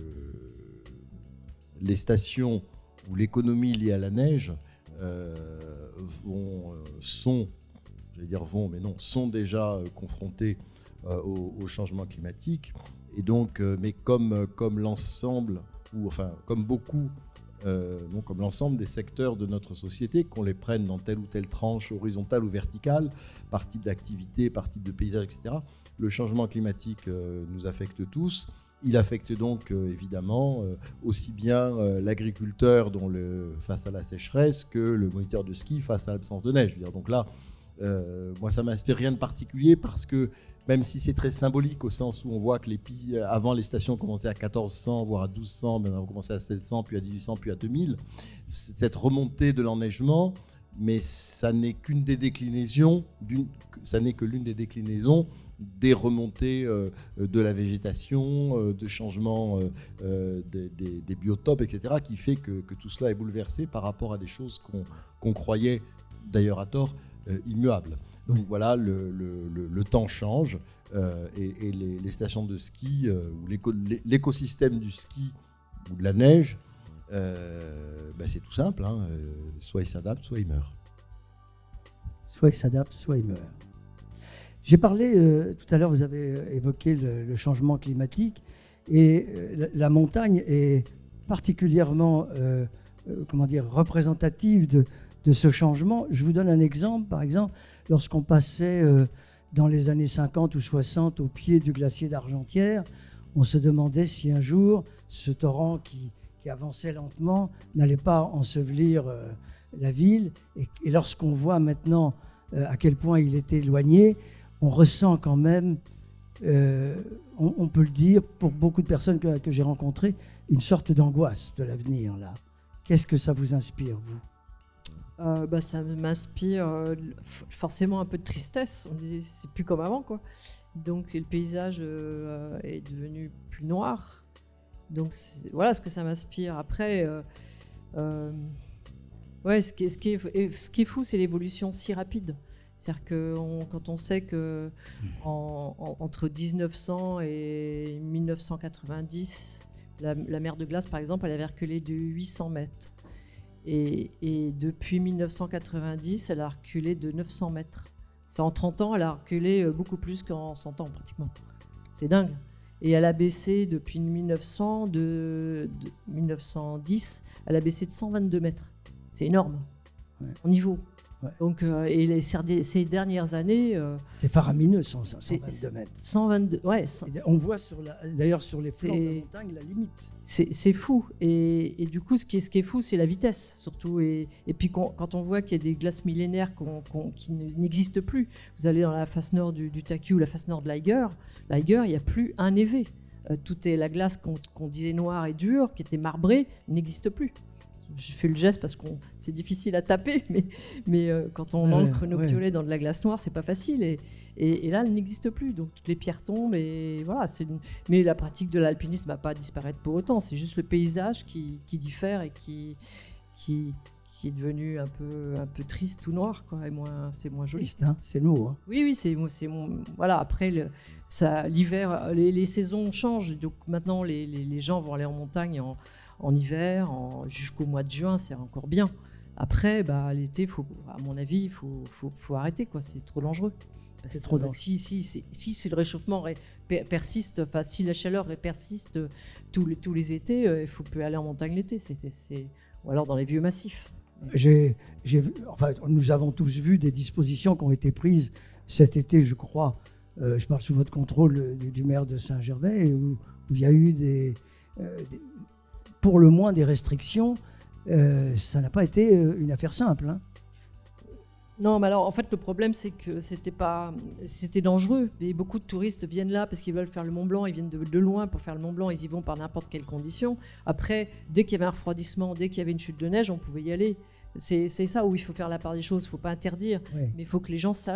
[SPEAKER 5] les stations ou l'économie liée à la neige euh, vont, sont, j'allais dire vont, mais non, sont déjà confrontées euh, au, au changement climatique. Et donc, euh, mais comme, comme l'ensemble, ou enfin comme beaucoup, Euh, donc comme l'ensemble des secteurs de notre société, qu'on les prenne dans telle ou telle tranche horizontale ou verticale, par type d'activité, par type de paysage, et cetera. Le changement climatique euh, nous affecte tous. Il affecte donc euh, évidemment euh, aussi bien euh, l'agriculteur dont le, face à la sécheresse que le moniteur de ski face à l'absence de neige. Je veux dire, donc là, euh, moi ça m'inspire rien de particulier parce que même si c'est très symbolique au sens où on voit que les pays, avant les stations commençaient à quatorze cents, voire à douze cents, maintenant on commençait à seize cents, puis à dix-huit cents, puis à deux mille, cette remontée de l'enneigement, mais ça n'est qu'une des déclinaisons, d'une, ça n'est que l'une des déclinaisons des remontées euh, de la végétation, euh, de changements euh, euh, des, des, des biotopes, et cetera, qui fait que, que tout cela est bouleversé par rapport à des choses qu'on, qu'on croyait, d'ailleurs à tort, euh, immuables. Donc voilà, le, le, le, le temps change euh, et, et les, les stations de ski, euh, ou l'éco, l'écosystème du ski ou de la neige, euh, ben c'est tout simple, hein, euh, soit il s'adapte, soit il meurt.
[SPEAKER 2] Soit il s'adapte, soit il meurt. J'ai parlé, euh, tout à l'heure vous avez évoqué le, le changement climatique et euh, la, la montagne est particulièrement euh, euh, comment dire, représentative de, de ce changement. Je vous donne un exemple, par exemple, lorsqu'on passait euh, dans les années cinquante ou soixante au pied du glacier d'Argentière, on se demandait si un jour ce torrent qui, qui avançait lentement n'allait pas ensevelir euh, la ville. Et, et lorsqu'on voit maintenant euh, à quel point il est éloigné, on ressent quand même, euh, on, on peut le dire, pour beaucoup de personnes que, que j'ai rencontrées, une sorte d'angoisse de l'avenir, là. Qu'est-ce que ça vous inspire, vous ?
[SPEAKER 3] Euh, bah, ça m'inspire euh, forcément un peu de tristesse. On dit c'est plus comme avant, quoi. Donc le paysage euh, est devenu plus noir. Donc voilà ce que ça m'inspire. Après, euh, euh, ouais, ce qui est, ce qui est, ce qui est fou, c'est l'évolution si rapide. C'est-à-dire que on, quand on sait que en, en, entre dix-neuf cents et mille neuf cent quatre-vingt-dix, la, la mer de glace, par exemple, elle avait reculé de huit cents mètres. Et, et depuis mille neuf cent quatre-vingt-dix, elle a reculé de neuf cents mètres. En trente ans, elle a reculé beaucoup plus qu'en cent ans, pratiquement. C'est dingue. Et elle a baissé depuis mille neuf cents, de, de mille neuf cent dix, elle a baissé de cent vingt-deux mètres. C'est énorme, ouais. En niveau. Ouais. Donc, euh, et les, ces dernières années... Euh,
[SPEAKER 2] c'est faramineux, cent vingt-deux mètres.
[SPEAKER 3] cent vingt-deux, ouais. cent...
[SPEAKER 2] On voit sur la, d'ailleurs sur les flancs de la montagne la limite.
[SPEAKER 3] C'est, c'est fou. Et, et du coup, ce qui est, ce qui est fou, c'est la vitesse, surtout. Et, et puis, quand, quand on voit qu'il y a des glaces millénaires qu'on, qu'on, qui n'existent plus, vous allez dans la face nord du, du Taki ou la face nord de l'Eiger, l'Eiger, il n'y a plus un névé. Euh, tout est la glace qu'on, qu'on disait noire et dure, qui était marbrée, n'existe plus. Je fais le geste parce que c'est difficile à taper, mais, mais euh, quand on
[SPEAKER 2] ouais,
[SPEAKER 3] ancre nos
[SPEAKER 2] ouais.
[SPEAKER 3] piolets dans de la glace noire, c'est pas facile. Et, et, et là, elle n'existe plus. Donc toutes les pierres tombent. Et voilà, c'est une... Mais la pratique de l'alpinisme ne va pas disparaître pour autant. C'est juste le paysage qui, qui diffère et qui, qui, qui est devenu un peu, un peu triste, tout noir, quoi, et moins, c'est moins joli.
[SPEAKER 2] Triste, hein, c'est lourd. Hein.
[SPEAKER 3] Oui, oui, c'est, c'est mon... Voilà, après, le, ça, l'hiver, les, les saisons changent. Donc maintenant, les, les, les gens vont aller en montagne en... en hiver, en, jusqu'au mois de juin, c'est encore bien. Après, bah, l'été, faut, à mon avis, il faut, faut, faut arrêter, quoi. C'est trop dangereux. Parce
[SPEAKER 2] c'est
[SPEAKER 3] que,
[SPEAKER 2] trop dangereux.
[SPEAKER 3] Si, si, si, si, si le réchauffement ré, per, persiste, enfin, si la chaleur persiste tous les, tous les étés, euh, il ne faut plus aller en montagne l'été. C'est, c'est, ou alors dans les vieux massifs.
[SPEAKER 2] J'ai, j'ai, enfin, nous avons tous vu des dispositions qui ont été prises cet été, je crois. Euh, je parle sous votre contrôle du, du maire de Saint-Gervais, où, où il y a eu des... Euh, des pour le moins des restrictions, euh, ça n'a pas été une affaire simple. Hein.
[SPEAKER 3] Non, mais alors en fait le problème c'est que c'était pas, c'était dangereux. Et beaucoup de touristes viennent là parce qu'ils veulent faire le Mont Blanc, ils viennent de, de loin pour faire le Mont Blanc, ils y vont par n'importe quelle condition. Après, dès qu'il y avait un refroidissement, dès qu'il y avait une chute de neige, on pouvait y aller. C'est, c'est ça où il faut faire la part des choses. Il ne faut pas interdire, oui. Mais il faut que les gens sachent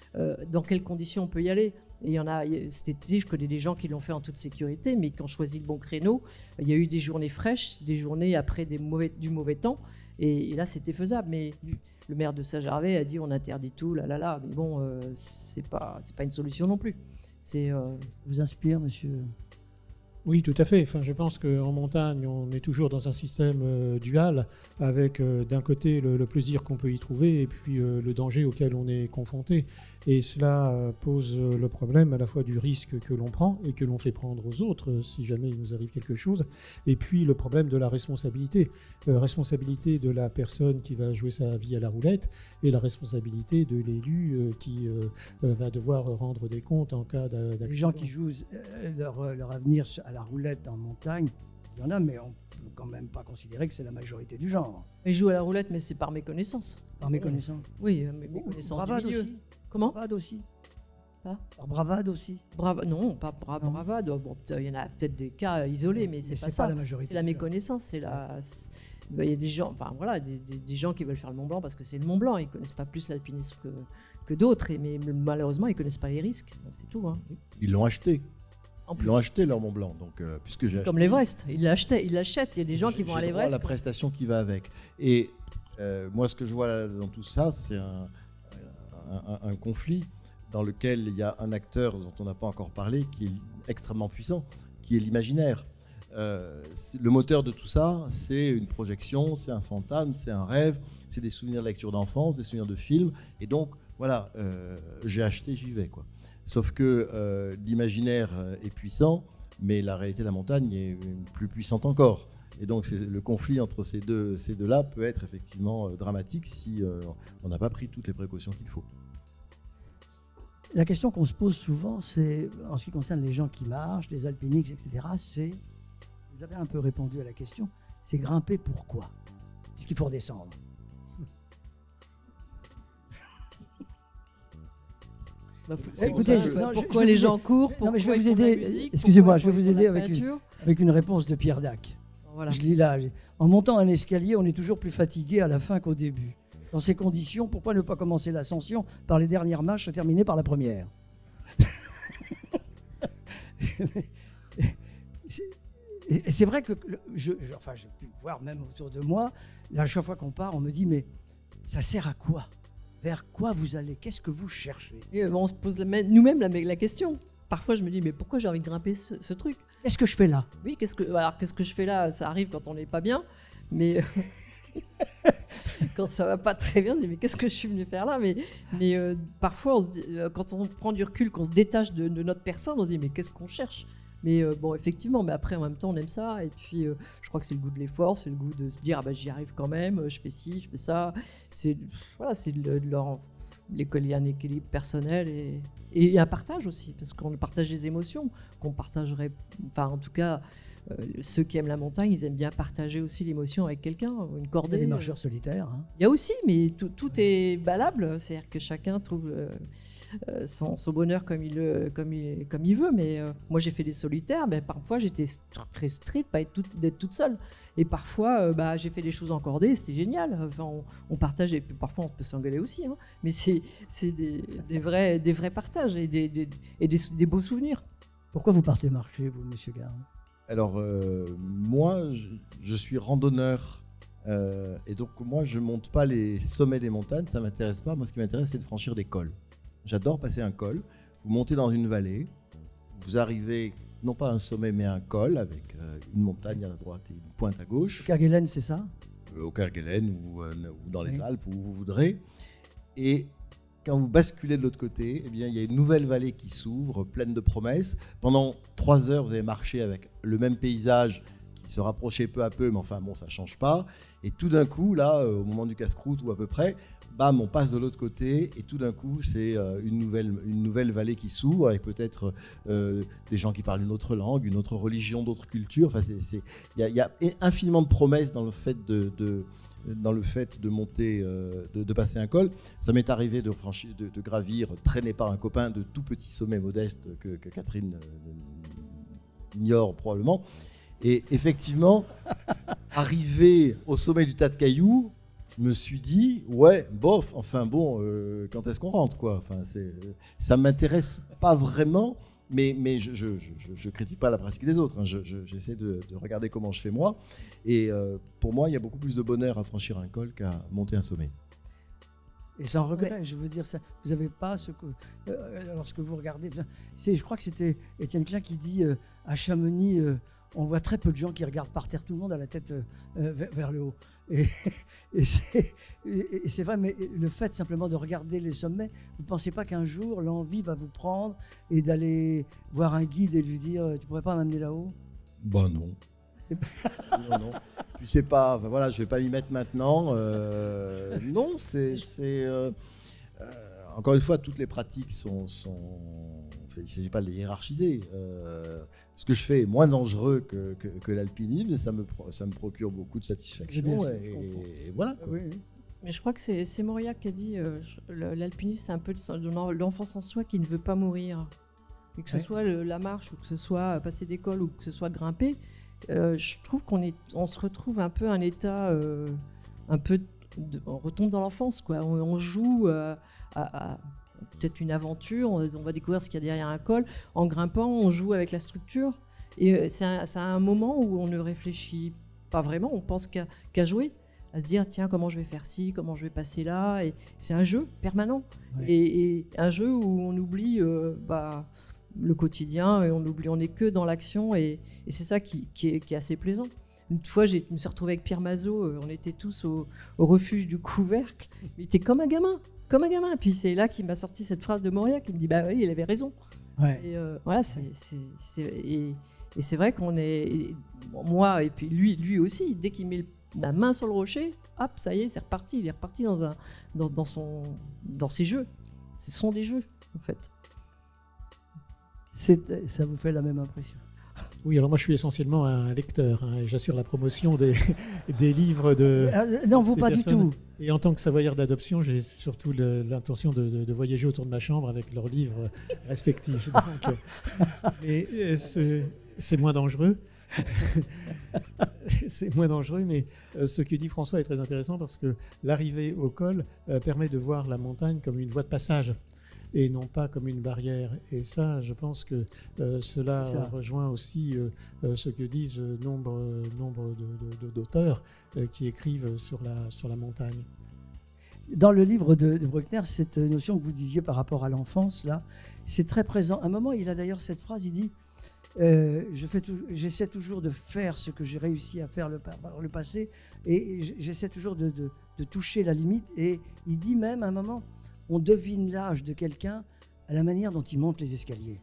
[SPEAKER 3] euh, dans quelles conditions on peut y aller. Et il y en a, cet été, je connais des gens qui l'ont fait en toute sécurité, mais qui ont choisi le bon créneau. Il y a eu des journées fraîches, des journées après des mauvais, du mauvais temps, et, et là, c'était faisable. Mais le maire de Saint-Gervais a dit on interdit tout, là, là, là. Mais bon, euh, c'est pas, c'est pas une solution non plus. C'est, euh...
[SPEAKER 2] vous inspire, monsieur?
[SPEAKER 4] Oui, tout à fait. Enfin, je pense qu'en montagne, on est toujours dans un système euh, dual, avec euh, d'un côté le, le plaisir qu'on peut y trouver et puis euh, le danger auquel on est confronté. Et cela euh, pose euh, le problème à la fois du risque que l'on prend et que l'on fait prendre aux autres euh, si jamais il nous arrive quelque chose, et puis le problème de la responsabilité. Euh, responsabilité de la personne qui va jouer sa vie à la roulette et la responsabilité de l'élu euh, qui euh, euh, va devoir rendre des comptes en cas d'accident.
[SPEAKER 2] Les gens qui jouent euh, leur, leur avenir à la roulette en montagne, il y en a, mais on ne peut quand même pas considérer que c'est la majorité du genre.
[SPEAKER 3] Ils jouent à la roulette, mais c'est par méconnaissance.
[SPEAKER 2] Par méconnaissance?
[SPEAKER 3] Oui, mais méconnaissance du milieu.
[SPEAKER 2] Aussi.
[SPEAKER 3] Comment?
[SPEAKER 2] Bravade aussi.
[SPEAKER 3] Pas
[SPEAKER 2] Par bravade aussi.
[SPEAKER 3] Brava, non, pas bra
[SPEAKER 2] non.
[SPEAKER 3] bravade. Bon, il y en a peut-être des cas isolés, mais c'est
[SPEAKER 2] mais
[SPEAKER 3] pas ça. C'est la méconnaissance, c'est la. Il y a des gens, enfin voilà, des, des, des gens qui veulent faire le Mont Blanc parce que c'est le Mont Blanc. Ils connaissent pas plus l'alpinisme que, que d'autres, mais malheureusement, ils connaissent pas les risques. C'est tout. Hein.
[SPEAKER 5] Ils l'ont acheté. Ils l'ont acheté leur Mont Blanc, donc euh, puisque j'ai
[SPEAKER 3] comme
[SPEAKER 5] acheté,
[SPEAKER 3] l'Everest, ils l'achètent, ils l'achètent. Il y a des gens qui vont à l'Everest.
[SPEAKER 5] La prestation qui va avec. Et euh, moi, ce que je vois dans tout ça, c'est un, un, un, un conflit dans lequel il y a un acteur dont on n'a pas encore parlé, qui est extrêmement puissant, qui est l'imaginaire. Euh, le moteur de tout ça, c'est une projection, c'est un fantasme, c'est un rêve, c'est des souvenirs de lecture d'enfance, des souvenirs de films. Et donc, voilà, euh, j'ai acheté, j'y vais, quoi. Sauf que euh, l'imaginaire est puissant, mais la réalité de la montagne est plus puissante encore. Et donc le conflit entre ces deux, ces deux-là peut être effectivement euh, dramatique si euh, on n'a pas pris toutes les précautions qu'il faut.
[SPEAKER 2] La question qu'on se pose souvent, c'est, en ce qui concerne les gens qui marchent, les alpinistes, et cetera, c'est, vous avez un peu répondu à la question, c'est grimper pourquoi? Puisqu'il faut redescendre.
[SPEAKER 3] Bah,
[SPEAKER 2] écoutez,
[SPEAKER 3] je,
[SPEAKER 2] non,
[SPEAKER 3] pourquoi
[SPEAKER 2] je,
[SPEAKER 3] les
[SPEAKER 2] je
[SPEAKER 3] gens courent?
[SPEAKER 2] Non, mais je vais
[SPEAKER 3] ils
[SPEAKER 2] vous
[SPEAKER 3] font de la
[SPEAKER 2] aider.
[SPEAKER 3] musique,
[SPEAKER 2] Excusez-moi, je vais
[SPEAKER 3] ils
[SPEAKER 2] vous
[SPEAKER 3] font de
[SPEAKER 2] aider
[SPEAKER 3] la
[SPEAKER 2] avec une,
[SPEAKER 3] peinture.
[SPEAKER 2] avec une réponse de Pierre Dac.
[SPEAKER 3] Voilà.
[SPEAKER 2] Je lis là. En montant un escalier, on est toujours plus fatigué à la fin qu'au début. Dans ces conditions, pourquoi ne pas commencer l'ascension par les dernières marches et terminer par la première? C'est vrai que je, je, enfin, j'ai pu voir même autour de moi, là, chaque fois qu'on part, on me dit mais ça sert à quoi? Vers quoi vous allez? Qu'est-ce que vous cherchez?
[SPEAKER 3] Et on se pose la, nous-mêmes la, la question. Parfois, je me dis, mais pourquoi j'ai envie de grimper ce, ce truc?
[SPEAKER 2] Qu'est-ce que je fais là?
[SPEAKER 3] Oui, qu'est-ce que, alors qu'est-ce que je fais là? Ça arrive quand on n'est pas bien, mais quand ça va pas très bien, on se dit, mais qu'est-ce que je suis venu faire là? Mais, mais euh, parfois, on se dit, euh, quand on prend du recul, qu'on se détache de, de notre personne, on se dit, mais qu'est-ce qu'on cherche? Mais euh, bon, effectivement, mais après, en même temps, on aime ça. Et puis, euh, je crois que c'est le goût de l'effort, c'est le goût de se dire, ah bah, j'y arrive quand même, je fais ci, je fais ça. C'est, voilà, c'est de, de leur, l'école, il y a un équilibre personnel et, et un partage aussi, parce qu'on partage des émotions, qu'on partagerait, enfin, en tout cas, euh, ceux qui aiment la montagne, ils aiment bien partager aussi l'émotion avec quelqu'un, une cordée.
[SPEAKER 2] Il y a des marcheurs solitaires. Hein.
[SPEAKER 3] Il y a aussi, mais tout, tout est valable, c'est-à-dire que chacun trouve euh, son, son bonheur comme il, comme il, comme il veut. Mais euh, moi, j'ai fait des solitaires, mais parfois j'étais frustrée de pas être toute, d'être toute seule. Et parfois, euh, bah, j'ai fait des choses en cordée, c'était génial. Enfin, on, on partage, et puis parfois on peut s'engueuler aussi, hein, mais c'est, c'est des, des, vrais, des vrais partages et, des, des, et des, des beaux souvenirs.
[SPEAKER 2] Pourquoi vous partez marcher, vous, monsieur Garde?
[SPEAKER 5] Alors, euh, moi, je, je suis randonneur. Euh, et donc, moi, je ne monte pas les sommets des montagnes, ça ne m'intéresse pas. Moi, ce qui m'intéresse, c'est de franchir des cols. J'adore passer un col. Vous montez dans une vallée, vous arrivez, non pas à un sommet, mais à un col, avec euh, une montagne à la droite et une pointe à gauche.
[SPEAKER 2] Kerguelen, c'est ça?
[SPEAKER 5] euh, Au Kerguelen ou, euh, ou dans les
[SPEAKER 2] oui.
[SPEAKER 5] Alpes, où vous voudrez. Et quand vous basculez de l'autre côté, eh bien, il y a une nouvelle vallée qui s'ouvre, pleine de promesses. Pendant trois heures, vous allez marcher avec le même paysage qui se rapprochait peu à peu, mais enfin bon, ça ne change pas. Et tout d'un coup, là, au moment du casse-croûte ou à peu près, bam, on passe de l'autre côté et tout d'un coup, c'est euh, une, nouvelle, une nouvelle vallée qui s'ouvre avec peut-être euh, des gens qui parlent une autre langue, une autre religion, d'autres cultures. Enfin, c'est, c'est, y a, y a infiniment de promesses dans le fait de... de dans le fait de monter, euh, de, de passer un col. Ça m'est arrivé de, franchir, de, de gravir, traîné par un copain, de tout petits sommets modestes que, que Catherine euh, ignore probablement. Et effectivement, arrivé au sommet du tas de cailloux, je je me suis dit, ouais, bof, enfin bon, euh, quand est-ce qu'on rentre, quoi. Enfin, c'est, ça ne m'intéresse pas vraiment, mais, mais je ne je, je, je critique pas la pratique des autres. Hein. Je, je, j'essaie de, de regarder comment je fais moi. Et euh, pour moi, il y a beaucoup plus de bonheur à franchir un col qu'à monter un sommet.
[SPEAKER 2] Et sans regret,
[SPEAKER 3] Ouais.
[SPEAKER 2] je veux dire, ça, vous n'avez pas ce que. Euh, lorsque vous regardez. C'est, je crois que c'était Étienne Klein qui dit euh, à Chamonix, euh, on voit très peu de gens qui regardent par terre, tout le monde a la tête euh, vers, vers le haut. Et, et, c'est, et, et c'est vrai, mais le fait simplement de regarder les sommets, vous ne pensez pas qu'un jour l'envie va vous prendre et d'aller voir un guide et lui dire tu pourrais pas m'amener là-haut?
[SPEAKER 5] Ben non. non, non. Tu sais pas, enfin, voilà, je vais pas m'y mettre maintenant. Euh, non, c'est, c'est euh, euh, encore une fois, toutes les pratiques sont, sont enfin, il ne s'agit pas de les hiérarchiser. Euh, ce que je fais est moins dangereux que, que, que l'alpinisme, et ça me, ça me procure beaucoup de satisfaction.
[SPEAKER 2] Bien sûr,
[SPEAKER 5] et,
[SPEAKER 2] je comprends.
[SPEAKER 5] et voilà. Quoi.
[SPEAKER 2] Oui, oui.
[SPEAKER 3] Mais je crois que c'est, c'est Mauriac qui a dit euh, le- l'alpinisme, c'est un peu de, de l'enfance en soi qui ne veut pas mourir. Et que ce
[SPEAKER 2] Ouais.
[SPEAKER 3] soit le- la marche, ou que ce soit passer d'école, ou que ce soit grimper, euh, je trouve qu'on est, on se retrouve un peu à un état, euh, un peu, de- on retombe dans l'enfance, quoi. On, on joue euh, à, à peut-être une aventure, on, on va découvrir ce qu'il y a derrière un col. En grimpant, on joue avec la structure. Et euh, c'est un, c'est un moment où on ne réfléchit pas vraiment, on pense qu'à, qu'à jouer. À se dire, tiens, comment je vais faire ci, comment je vais passer là. Et c'est un jeu permanent.
[SPEAKER 2] Ouais.
[SPEAKER 3] Et, et un jeu où on oublie euh, bah, le quotidien, et on oublie, on n'est que dans l'action. Et, et c'est ça qui, qui, est, qui est assez plaisant. Une fois, j'ai- je me suis retrouvée avec Pierre Mazot, euh, on était tous au, au refuge du couvercle. Il était comme un gamin, comme un gamin. Puis c'est là qu'il m'a sorti cette phrase de Mauriac, qui me dit, bah oui, il avait raison.
[SPEAKER 2] Ouais.
[SPEAKER 3] Et euh, voilà, c'est, c'est, c'est- et, et c'est vrai qu'on est, et bon, moi et puis lui, lui aussi, dès qu'il met le- la main sur le rocher, hop, ça y est, c'est reparti. Il est reparti dans un, dans, dans son, dans ses jeux. Ce sont des jeux, en fait.
[SPEAKER 2] C'est, ça vous fait la même impression?
[SPEAKER 4] Oui, alors moi je suis essentiellement un lecteur hein, et j'assure la promotion des, des livres de.
[SPEAKER 2] Euh, non, vous
[SPEAKER 4] ces
[SPEAKER 2] pas
[SPEAKER 4] personnes.
[SPEAKER 2] du tout.
[SPEAKER 4] Et en tant que savoyard d'adoption, j'ai surtout le- l'intention de, de- de voyager autour de ma chambre avec leurs livres respectifs. Donc, euh, et euh, ce- c'est moins dangereux. c'est moins dangereux, mais euh, ce que dit François est très intéressant parce que l'arrivée au col euh, permet de voir la montagne comme une voie de passage et non pas comme une barrière. Et ça, je pense que euh, cela
[SPEAKER 2] Ça.
[SPEAKER 4] rejoint aussi euh, euh, ce que disent euh, nombre, euh, nombre de- de- de- d'auteurs euh, qui écrivent sur la, sur la montagne.
[SPEAKER 2] Dans le livre de, de Bruckner, cette notion que vous disiez par rapport à l'enfance, là, c'est très présent. À un moment, il a d'ailleurs cette phrase, il dit euh, je fais tou- j'essaie toujours de faire ce que j'ai réussi à faire le, par par le passé, et j- j'essaie toujours de, de- de toucher la limite. Et il dit même, à un moment, on devine l'âge de quelqu'un à la manière dont il monte les escaliers.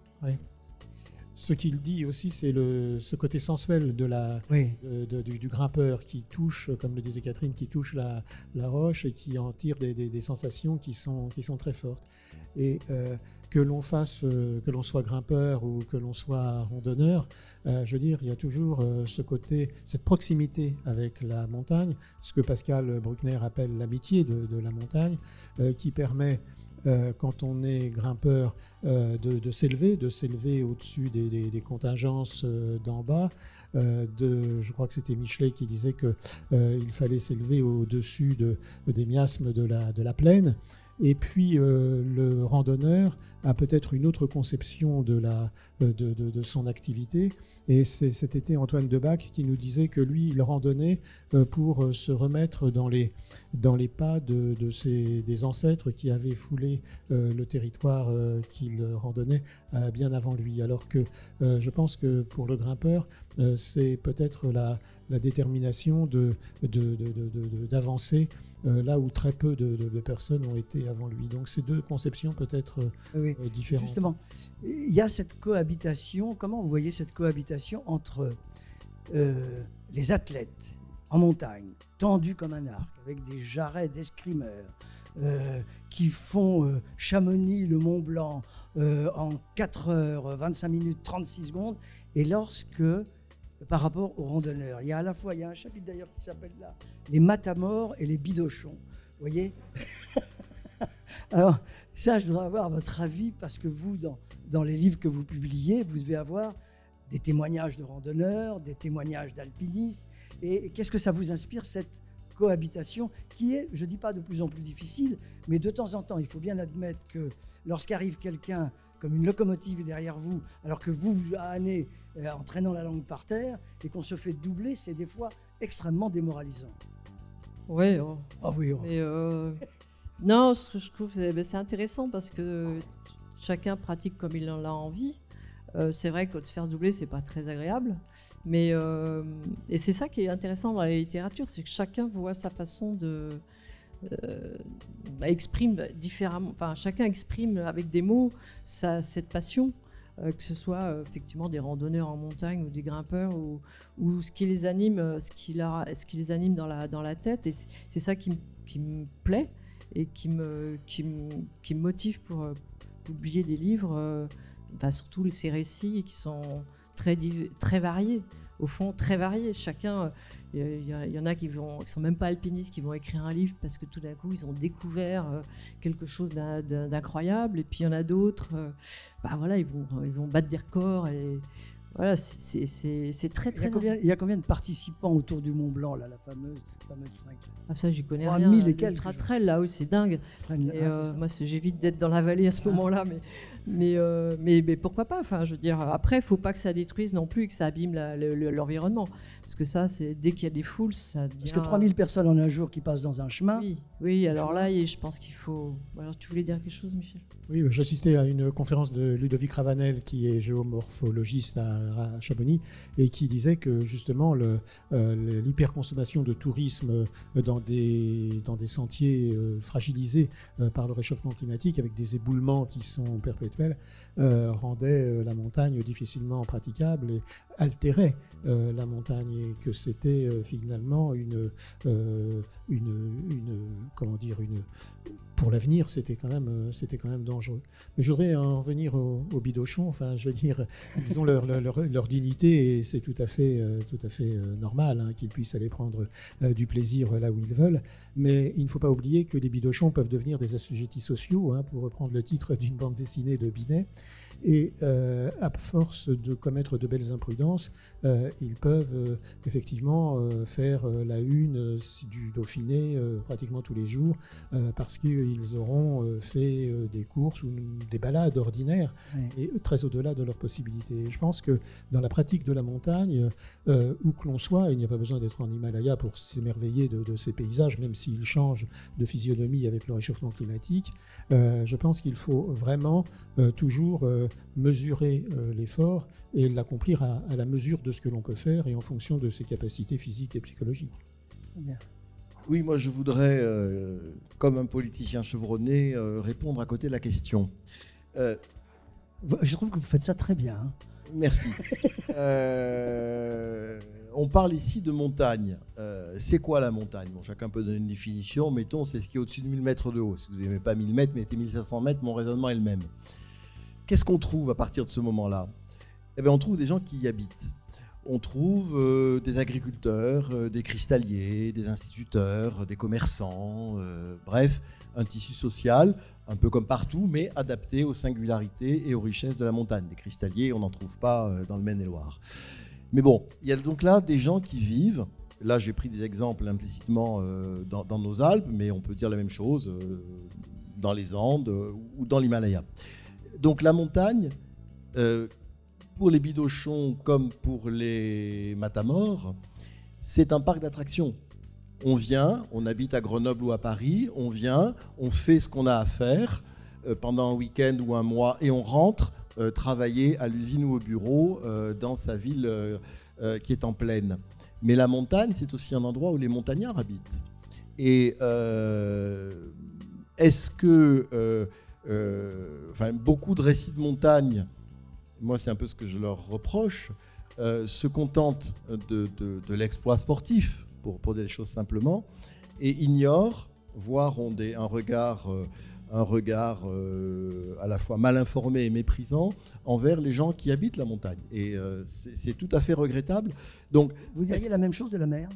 [SPEAKER 4] Ce qu'il dit aussi, c'est le, ce côté sensuel de la,
[SPEAKER 2] Oui.
[SPEAKER 4] de- de- du, du grimpeur qui touche, comme le disait Catherine, qui touche la, la roche et qui en tire des, des- des sensations qui sont, qui sont très fortes. Et euh, que l'on fasse, euh, que l'on soit grimpeur ou que l'on soit randonneur, euh, je veux dire, il y a toujours euh, ce côté, cette proximité avec la montagne, ce que Pascal Bruckner appelle l'amitié de, de la montagne, euh, qui permet euh, quand on est grimpeur, euh, de, de s'élever, de s'élever au-dessus des, des- des contingences euh, d'en bas. Euh, de, je crois que c'était Michelet qui disait qu'il fallait s'élever au-dessus de, des miasmes de la, de la plaine. Et puis euh, le randonneur a peut-être une autre conception de, la, de, de, de son activité. Et c'est cet été Antoine Debac qui nous disait que lui, il randonnait euh, pour euh, se remettre dans les, dans les pas de, de ses, des ancêtres qui avaient foulé euh, le territoire euh, qu'il randonnait euh, bien avant lui. Alors que euh, je pense que pour le grimpeur, euh, c'est peut-être la, la détermination de, de, de, de, de, d'avancer euh, là où très peu de, de, de personnes ont été avant lui. Donc c'est deux conceptions peut-être
[SPEAKER 2] Oui.
[SPEAKER 4] euh, différentes.
[SPEAKER 2] Justement, il y a cette cohabitation. Comment vous voyez cette cohabitation entre euh, les athlètes en montagne, tendus comme un arc, avec des jarrets d'escrimeurs, euh, qui font euh, Chamonix, le Mont Blanc, euh, en quatre heures, vingt-cinq minutes, trente-six secondes, et lorsque, par rapport aux randonneurs, il y a à la fois, il y a un chapitre d'ailleurs qui s'appelle là, les matamores et les bidochons. Vous voyez? Alors, ça, je voudrais avoir votre avis, parce que vous, dans, dans les livres que vous publiez, vous devez avoir des témoignages de randonneurs, des témoignages d'alpinistes. Et qu'est-ce que ça vous inspire, cette cohabitation qui est, je ne dis pas de plus en plus difficile, mais de temps en temps, il faut bien admettre que lorsqu'arrive quelqu'un comme une locomotive derrière vous, alors que vous vous amenez euh, en traînant la langue par terre et qu'on se fait doubler, c'est des fois extrêmement démoralisant.
[SPEAKER 3] Ouais. Oh.
[SPEAKER 2] Ah oui. Oh.
[SPEAKER 3] Mais euh, non, ce que je trouve, c'est, ben, c'est intéressant parce que chacun pratique comme il en a envie. Euh, c'est vrai que de se faire doubler, c'est pas très agréable, mais euh, et c'est ça qui est intéressant dans la littérature, c'est que chacun voit sa façon de euh, bah, exprime différemment. Enfin, chacun exprime avec des mots sa, cette passion, euh, que ce soit euh, effectivement des randonneurs en montagne ou des grimpeurs ou, ou ce qui les anime, ce qui, leur, ce qui les anime dans la dans la tête. Et c'est, c'est ça qui, m- qui me plaît et qui me qui me, qui me motive pour euh, publier des livres. Euh, Enfin, surtout ces récits qui sont très, très variés, au fond très variés. Chacun, il y, y en a qui ne sont même pas alpinistes, qui vont écrire un livre parce que tout d'un coup, ils ont découvert euh, quelque chose d'un, d'un, d'incroyable. Et puis il y en a d'autres, euh, bah, voilà, ils, vont, ils vont battre des records. Et, voilà, c'est, c'est, c'est très, très...
[SPEAKER 2] Il y, a combien, il y a combien de participants autour du Mont Blanc, là, la fameuse, fameuse cinq?
[SPEAKER 3] Ah ça, j'y connais
[SPEAKER 2] trois
[SPEAKER 3] rien.
[SPEAKER 2] mille et quelques,
[SPEAKER 3] Ultra Trail, là, oui, c'est dingue.
[SPEAKER 2] Traîne,
[SPEAKER 3] et
[SPEAKER 2] ah,
[SPEAKER 3] euh,
[SPEAKER 2] c'est
[SPEAKER 3] moi, c'est, j'évite d'être dans la vallée à ce moment-là, mais, mais, euh, mais, mais pourquoi pas, enfin, je veux dire, après, il ne faut pas que ça détruise non plus et que ça abîme la, le, le, l'environnement. Parce que ça, c'est, dès qu'il y a des foules, ça devient...
[SPEAKER 2] Parce que trois mille personnes en un jour qui passent dans un chemin...
[SPEAKER 3] Oui, oui, alors là, je pense qu'il faut... Alors, tu voulais dire quelque chose, Michel?
[SPEAKER 4] Oui, j'assistais à une conférence de Ludovic Ravanel, qui est géomorphologiste à, à Chamonix, et qui disait que justement le, euh, l'hyperconsommation de tourisme dans des, dans des sentiers euh, fragilisés euh, par le réchauffement climatique, avec des éboulements qui sont perpétuels, euh, rendait euh, la montagne difficilement praticable et altérait euh, la montagne, et que c'était euh, finalement une, euh, une, une, comment dire, une, pour l'avenir, c'était quand même, euh, c'était quand même dangereux. Mais je voudrais en revenir aux au bidochons. Enfin, je veux dire, ils ont leur, leur, leur, leur dignité, et c'est tout à fait, euh, tout à fait euh, normal hein, qu'ils puissent aller prendre euh, du plaisir là où ils veulent. Mais il ne faut pas oublier que les bidochons peuvent devenir des assujettis sociaux, hein, pour reprendre le titre d'une bande dessinée de Binet. Et euh, à force de commettre de belles imprudences, euh, ils peuvent euh, effectivement euh, faire euh, la une euh, du Dauphiné euh, pratiquement tous les jours, euh, parce qu'ils auront euh, fait euh, des courses ou des balades ordinaires, oui. Et très au-delà de leurs possibilités. Et je pense que dans la pratique de la montagne, euh, où que l'on soit, il n'y a pas besoin d'être en Himalaya pour s'émerveiller de, de ces paysages, même s'ils changent de physionomie avec le réchauffement climatique. Euh, je pense qu'il faut vraiment euh, toujours euh, mesurer euh, l'effort et l'accomplir à, à la mesure de ce que l'on peut faire et en fonction de ses capacités physiques et psychologiques.
[SPEAKER 2] Bien.
[SPEAKER 5] Oui, moi je voudrais, euh, comme un politicien chevronné, euh, répondre à côté de la question. Euh,
[SPEAKER 2] Je trouve que vous faites ça très bien. Hein.
[SPEAKER 5] Merci. euh, on parle ici de montagne. Euh, c'est quoi la montagne? Bon, chacun peut donner une définition. Mettons, c'est ce qui est au-dessus de mille mètres de haut. Si vous n'aimez pas mille mètres, mettez mille cinq cents mètres, mon raisonnement est le même. Qu'est-ce qu'on trouve à partir de ce moment-là? Eh bien, on trouve des gens qui y habitent. On trouve euh, des agriculteurs, euh, des cristalliers, des instituteurs, des commerçants, euh, bref, un tissu social, un peu comme partout, mais adapté aux singularités et aux richesses de la montagne. Des cristalliers, on n'en trouve pas euh, dans le Maine-et-Loire. Mais bon, il y a donc là des gens qui vivent. Là, j'ai pris des exemples implicitement euh, dans, dans nos Alpes, mais on peut dire la même chose euh, dans les Andes euh, ou dans l'Himalaya. Donc la montagne, euh, pour les bidochons comme pour les matamores, c'est un parc d'attractions. On vient, on habite à Grenoble ou à Paris, on vient, on fait ce qu'on a à faire euh, pendant un week-end ou un mois et on rentre euh, travailler à l'usine ou au bureau euh, dans sa ville euh, euh, qui est en plaine. Mais la montagne, c'est aussi un endroit où les montagnards habitent. Et euh, est-ce que... Euh, Euh, enfin, beaucoup de récits de montagne, moi c'est un peu ce que je leur reproche, euh, se contentent de, de, de l'exploit sportif, pour, pour dire les choses simplement, et ignorent, voire ont des, un regard, euh, un regard euh, à la fois mal informé et méprisant envers les gens qui habitent la montagne. Et euh, c'est, c'est tout à fait regrettable. Donc,
[SPEAKER 2] vous diriez la même chose de la mer?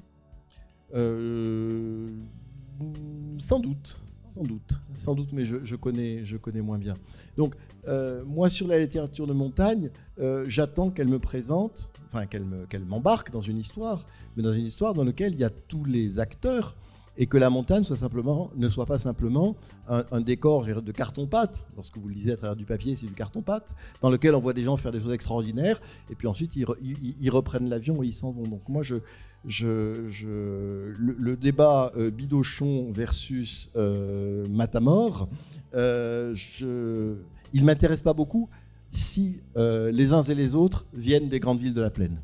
[SPEAKER 5] euh, Sans doute. Sans doute, sans doute, mais je, je, connais, je connais moins bien. Donc, euh, moi, sur la littérature de montagne, euh, j'attends qu'elle me présente, enfin, qu'elle, me, qu'elle m'embarque dans une histoire, mais dans une histoire dans laquelle il y a tous les acteurs et que la montagne soit simplement, ne soit pas simplement un, un décor de carton-pâte, lorsque vous le lisez à travers du papier, c'est du carton-pâte, dans lequel on voit des gens faire des choses extraordinaires, et puis ensuite ils, ils, ils reprennent l'avion et ils s'en vont. Donc moi, je, je, je, le, le débat euh, Bidochon versus euh, Matamor, euh, je, il ne m'intéresse pas beaucoup si euh, les uns et les autres viennent des grandes villes de la plaine.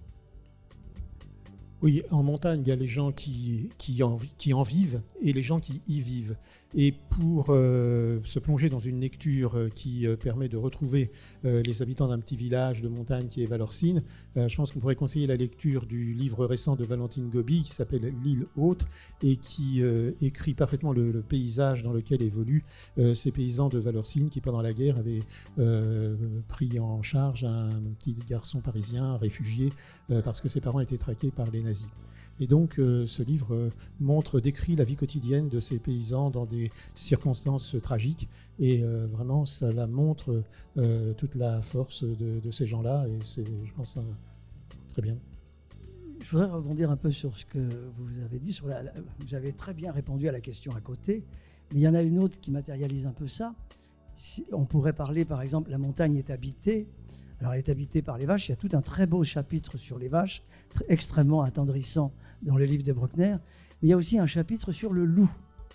[SPEAKER 4] Oui, en montagne, il y a les gens qui, qui, en, qui en vivent et les gens qui y vivent. Et pour euh, se plonger dans une lecture qui euh, permet de retrouver euh, les habitants d'un petit village de montagne qui est Valorcine, euh, je pense qu'on pourrait conseiller la lecture du livre récent de Valentine Gobi qui s'appelle L'île haute et qui euh, écrit parfaitement le, le paysage dans lequel évoluent euh, ces paysans de Valorcine qui, pendant la guerre, avaient euh, pris en charge un petit garçon parisien réfugié euh, parce que ses parents étaient traqués par les nazis. Et donc, euh, ce livre euh, montre, décrit la vie quotidienne de ces paysans dans des circonstances tragiques. Et euh, vraiment, ça la montre euh, toute la force de, de ces gens-là. Et c'est, je pense, un, très bien.
[SPEAKER 2] Je voudrais rebondir un peu sur ce que vous avez dit. Sur la, la, vous avez très bien répondu à la question à côté. Mais il y en a une autre qui matérialise un peu ça. Si, on pourrait parler, par exemple, la montagne est habitée. Alors, elle est habitée par les vaches. Il y a tout un très beau chapitre sur les vaches, très, extrêmement attendrissant dans le livre de Bruckner. Mais il y a aussi un chapitre sur le loup.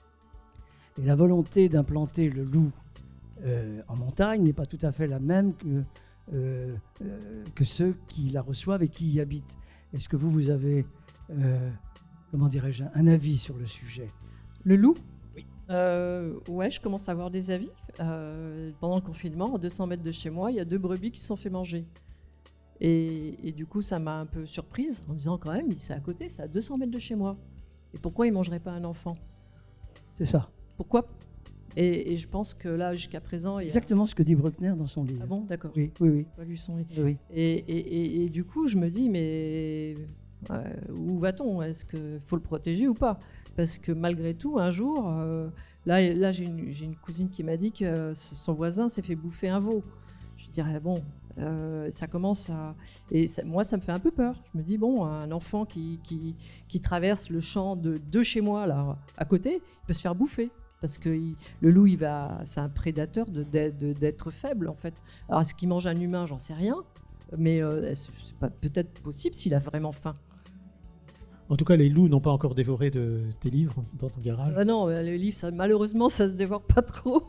[SPEAKER 2] Et la volonté d'implanter le loup euh, en montagne n'est pas tout à fait la même que, euh, euh, que ceux qui la reçoivent et qui y habitent. Est-ce que vous, vous avez, euh, comment dirais-je, un avis sur le sujet ?
[SPEAKER 3] Le loup ? Oui. Euh, ouais, je commence à avoir des avis. Euh, pendant le confinement, à deux cents mètres de chez moi, il y a deux brebis qui se sont fait manger. Et, et du coup, ça m'a un peu surprise en me disant quand même, c'est à côté, c'est à deux cents mètres de chez moi. Et pourquoi ils ne mangeraient pas un enfant ?
[SPEAKER 2] C'est ça.
[SPEAKER 3] Pourquoi ? et, et je pense que là, jusqu'à présent... Il y a...
[SPEAKER 2] Exactement ce que dit Bruckner dans son livre.
[SPEAKER 3] Ah bon, d'accord.
[SPEAKER 2] Oui, oui, oui.
[SPEAKER 3] Pas lu son livre.
[SPEAKER 2] Oui.
[SPEAKER 3] Et, et, et, et du coup, je me dis, mais euh, où va-t-on ? Est-ce qu'il faut le protéger ou pas ? Parce que malgré tout, un jour, euh, là, là j'ai, une, j'ai une cousine qui m'a dit que son voisin s'est fait bouffer un veau. Je dirais, bon... Euh, ça commence à... Et ça, moi, ça me fait un peu peur. Je me dis, bon, un enfant qui, qui, qui traverse le champ de, de chez moi, là, à côté, il peut se faire bouffer. Parce que il, le loup, il va, c'est un prédateur de, de, de, d'être faible, en fait. Alors, est-ce qu'il mange un humain ? J'en sais rien. Mais euh, c'est pas, peut-être possible s'il a vraiment faim.
[SPEAKER 4] En tout cas, les loups n'ont pas encore dévoré de tes livres dans ton garage.
[SPEAKER 3] Ah non, les livres, ça, malheureusement, ça se dévore pas trop.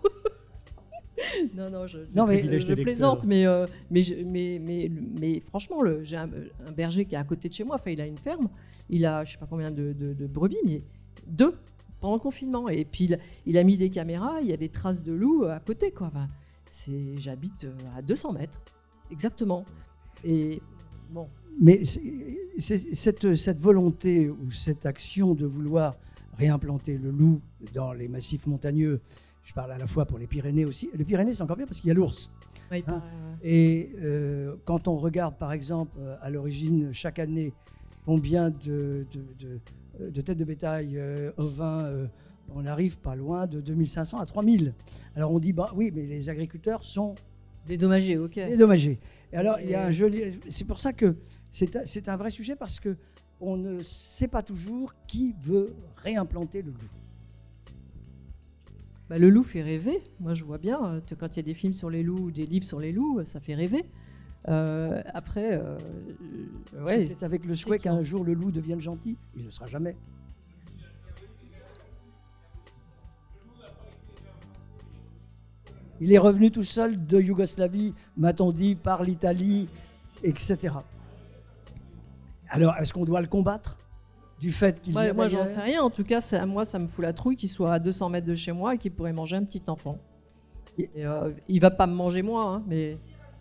[SPEAKER 3] Non, non, je,
[SPEAKER 2] non, mais,
[SPEAKER 3] je, je plaisante, mais, euh, mais, je, mais, mais, mais franchement, le, j'ai un, un berger qui est à côté de chez moi, enfin, il a une ferme, il a je ne sais pas combien de, de, de brebis, mais deux pendant le confinement. Et puis, il, il a mis des caméras, il y a des traces de loups à côté, quoi. Enfin, c'est, j'habite à deux cents mètres, exactement. Et bon.
[SPEAKER 2] Mais c'est, c'est, cette, cette volonté ou cette action de vouloir réimplanter le loup dans les massifs montagneux, je parle à la fois pour les Pyrénées aussi. Les Pyrénées, c'est encore bien parce qu'il y a l'ours.
[SPEAKER 3] Oui,
[SPEAKER 2] hein. Et euh, quand on regarde, par exemple, à l'origine, chaque année, combien de, de, de, de têtes de bétail euh, ovins, euh, on arrive pas loin de deux mille cinq cents à trois mille. Alors on dit, bah, oui, mais les agriculteurs sont
[SPEAKER 3] dédommagés, ok.
[SPEAKER 2] Dédommagés. Et alors,
[SPEAKER 3] Et...
[SPEAKER 2] il y a un joli... C'est pour ça que c'est, c'est un vrai sujet parce qu'on ne sait pas toujours qui veut réimplanter le loup.
[SPEAKER 3] Bah, le loup fait rêver. Moi, je vois bien, quand il y a des films sur les loups ou des livres sur les loups, ça fait rêver. Euh, après, euh,
[SPEAKER 2] ouais, c'est avec le souhait qu'un jour le loup devienne gentil. Il ne le sera jamais. Il est revenu tout seul de Yougoslavie, m'a-t-on dit, par l'Italie, et cetera. Alors, est-ce qu'on doit le combattre ? Du fait qu'il
[SPEAKER 3] ouais,
[SPEAKER 2] y a
[SPEAKER 3] moi,
[SPEAKER 2] d'ailleurs...
[SPEAKER 3] j'en sais rien. En tout cas, c'est, moi, ça me fout la trouille qu'il soit à deux cents mètres de chez moi et qu'il pourrait manger un petit enfant. Et, euh, il va pas me manger moi, hein, mais...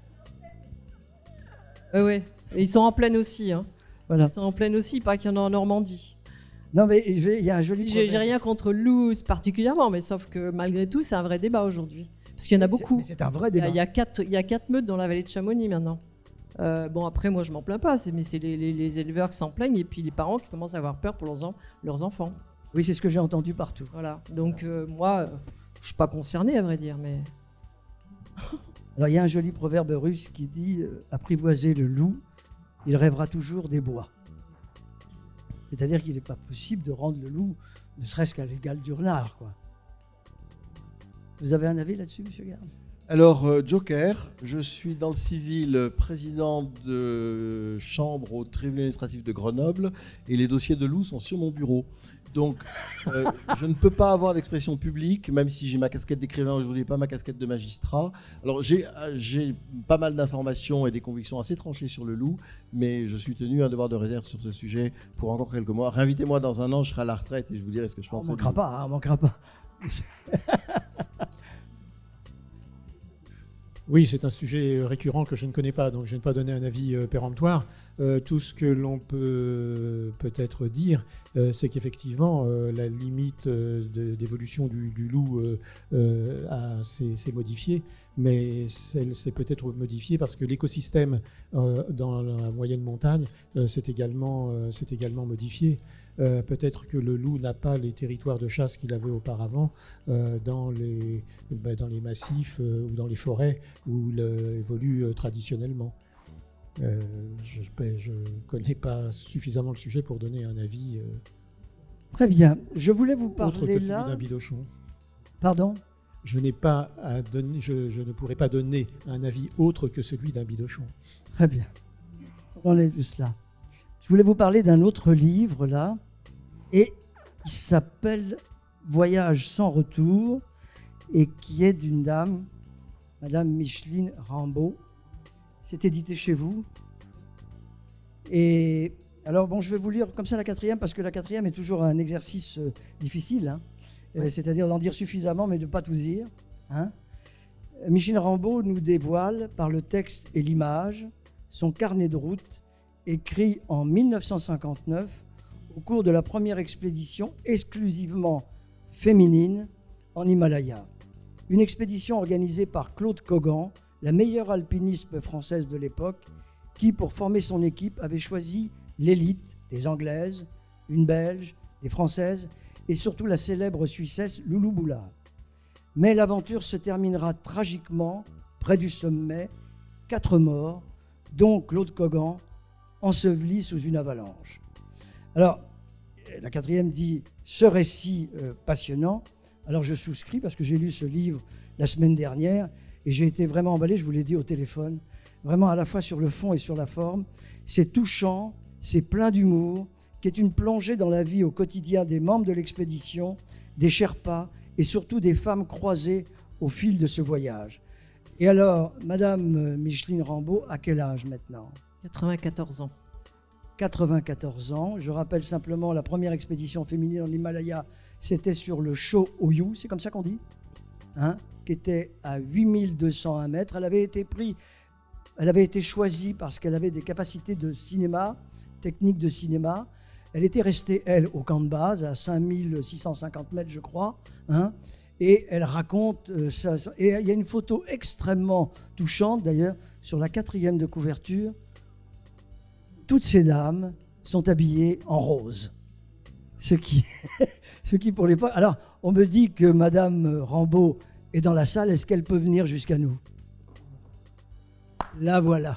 [SPEAKER 3] Oui, oui. Et ils sont en plaine aussi. Hein.
[SPEAKER 2] Voilà.
[SPEAKER 3] Ils sont en plaine aussi, pas qu'il y en a en Normandie.
[SPEAKER 2] Non, mais il y a un joli
[SPEAKER 3] j'ai, j'ai rien contre le loup particulièrement, mais sauf que malgré tout, c'est un vrai débat aujourd'hui. Parce qu'il y en a beaucoup.
[SPEAKER 2] C'est, c'est un vrai débat.
[SPEAKER 3] Il y a quatre, il y a quatre meutes dans la vallée de Chamonix maintenant. Euh, bon, après, moi, je m'en plains pas, c'est, mais c'est les, les, les éleveurs qui s'en plaignent et puis les parents qui commencent à avoir peur pour leurs, en, leurs enfants.
[SPEAKER 2] Oui, c'est ce que j'ai entendu partout.
[SPEAKER 3] Voilà. Donc, euh, moi, euh, je suis pas concerné, à vrai dire, mais...
[SPEAKER 2] Alors, il y a un joli proverbe russe qui dit euh, « Apprivoiser le loup, il rêvera toujours des bois ». C'est-à-dire qu'il n'est pas possible de rendre le loup, ne serait-ce qu'à l'égal du renard, quoi. Vous avez un avis là-dessus, monsieur Garde?
[SPEAKER 5] Alors, euh, Joker, je suis dans le civil président de chambre au tribunal administratif de Grenoble et les dossiers de loup sont sur mon bureau. Donc, euh, je ne peux pas avoir d'expression publique, même si j'ai ma casquette d'écrivain aujourd'hui, pas ma casquette de magistrat. Alors, j'ai, j'ai pas mal d'informations et des convictions assez tranchées sur le loup, mais je suis tenu à un devoir de réserve sur ce sujet pour encore quelques mois. Réinvitez-moi dans un an, je serai à la retraite et je vous dirai ce que je pense.
[SPEAKER 2] On ne manquera pas, hein, on manquera pas.
[SPEAKER 4] Oui, c'est un sujet récurrent que je ne connais pas, donc je ne vais pas donner un avis euh, péremptoire. Euh, tout ce que l'on peut peut-être dire, euh, c'est qu'effectivement, euh, la limite euh, de, d'évolution du, du loup euh, euh, a, s'est, s'est modifiée, mais elle s'est peut-être modifiée parce que l'écosystème euh, dans la moyenne montagne euh, s'est également, euh, s'est également modifié. Euh, peut-être que le loup n'a pas les territoires de chasse qu'il avait auparavant euh, dans, les, ben, dans les massifs euh, ou dans les forêts où il euh, évolue euh, traditionnellement. Euh, je ne connais pas suffisamment le sujet pour donner un avis euh,
[SPEAKER 2] Très bien. Je voulais vous
[SPEAKER 4] autre
[SPEAKER 2] parler
[SPEAKER 4] que celui
[SPEAKER 2] là...
[SPEAKER 4] d'un bidochon.
[SPEAKER 2] Pardon?
[SPEAKER 4] Je, n'ai pas à donner, je, je ne pourrais pas donner un avis autre que celui d'un bidochon.
[SPEAKER 2] Très bien. On est de cela. Je voulais vous parler d'un autre livre, là, et qui s'appelle Voyage sans retour, et qui est d'une dame, Madame Micheline Rambaud. C'est édité chez vous. Et alors, bon, je vais vous lire comme ça la quatrième, parce que la quatrième est toujours un exercice euh, difficile, hein, euh, c'est-à-dire d'en dire suffisamment, mais de ne pas tout dire. Hein. Micheline Rambaud nous dévoile, par le texte et l'image, son carnet de route, écrit en mille neuf cent cinquante-neuf au cours de la première expédition exclusivement féminine en Himalaya. Une expédition organisée par Claude Cogan, la meilleure alpiniste française de l'époque, qui, pour former son équipe, avait choisi l'élite des Anglaises, une Belge, des Françaises et surtout la célèbre Suissesse Loulou Boulard. Mais l'aventure se terminera tragiquement près du sommet, quatre morts, dont Claude Cogan, enseveli sous une avalanche. Alors, la quatrième dit « Ce récit euh, passionnant », alors je souscris parce que j'ai lu ce livre la semaine dernière et j'ai été vraiment emballé, je vous l'ai dit au téléphone, vraiment à la fois sur le fond et sur la forme. C'est touchant, c'est plein d'humour, qui est une plongée dans la vie au quotidien des membres de l'expédition, des Sherpas et surtout des femmes croisées au fil de ce voyage. Et alors, Madame Micheline Rambaud, à quel âge maintenant ?
[SPEAKER 3] quatre-vingt-quatorze ans.
[SPEAKER 2] quatre-vingt-quatorze ans. Je rappelle simplement la première expédition féminine en Himalaya, c'était sur le Cho Oyu, c'est comme ça qu'on dit, hein, qui était à huit mille deux cent un mètres. Elle avait été prise, elle avait été choisie parce qu'elle avait des capacités de cinéma, techniques de cinéma. Elle était restée, elle, au camp de base, à cinq mille six cent cinquante mètres, je crois, hein, et elle raconte euh, ça. Et il y a une photo extrêmement touchante, d'ailleurs, sur la quatrième de couverture. Toutes ces dames sont habillées en rose. Ce qui, ce qui pour l'époque... Alors, on me dit que Madame Rambaud est dans la salle. Est-ce qu'elle peut venir jusqu'à nous? La voilà.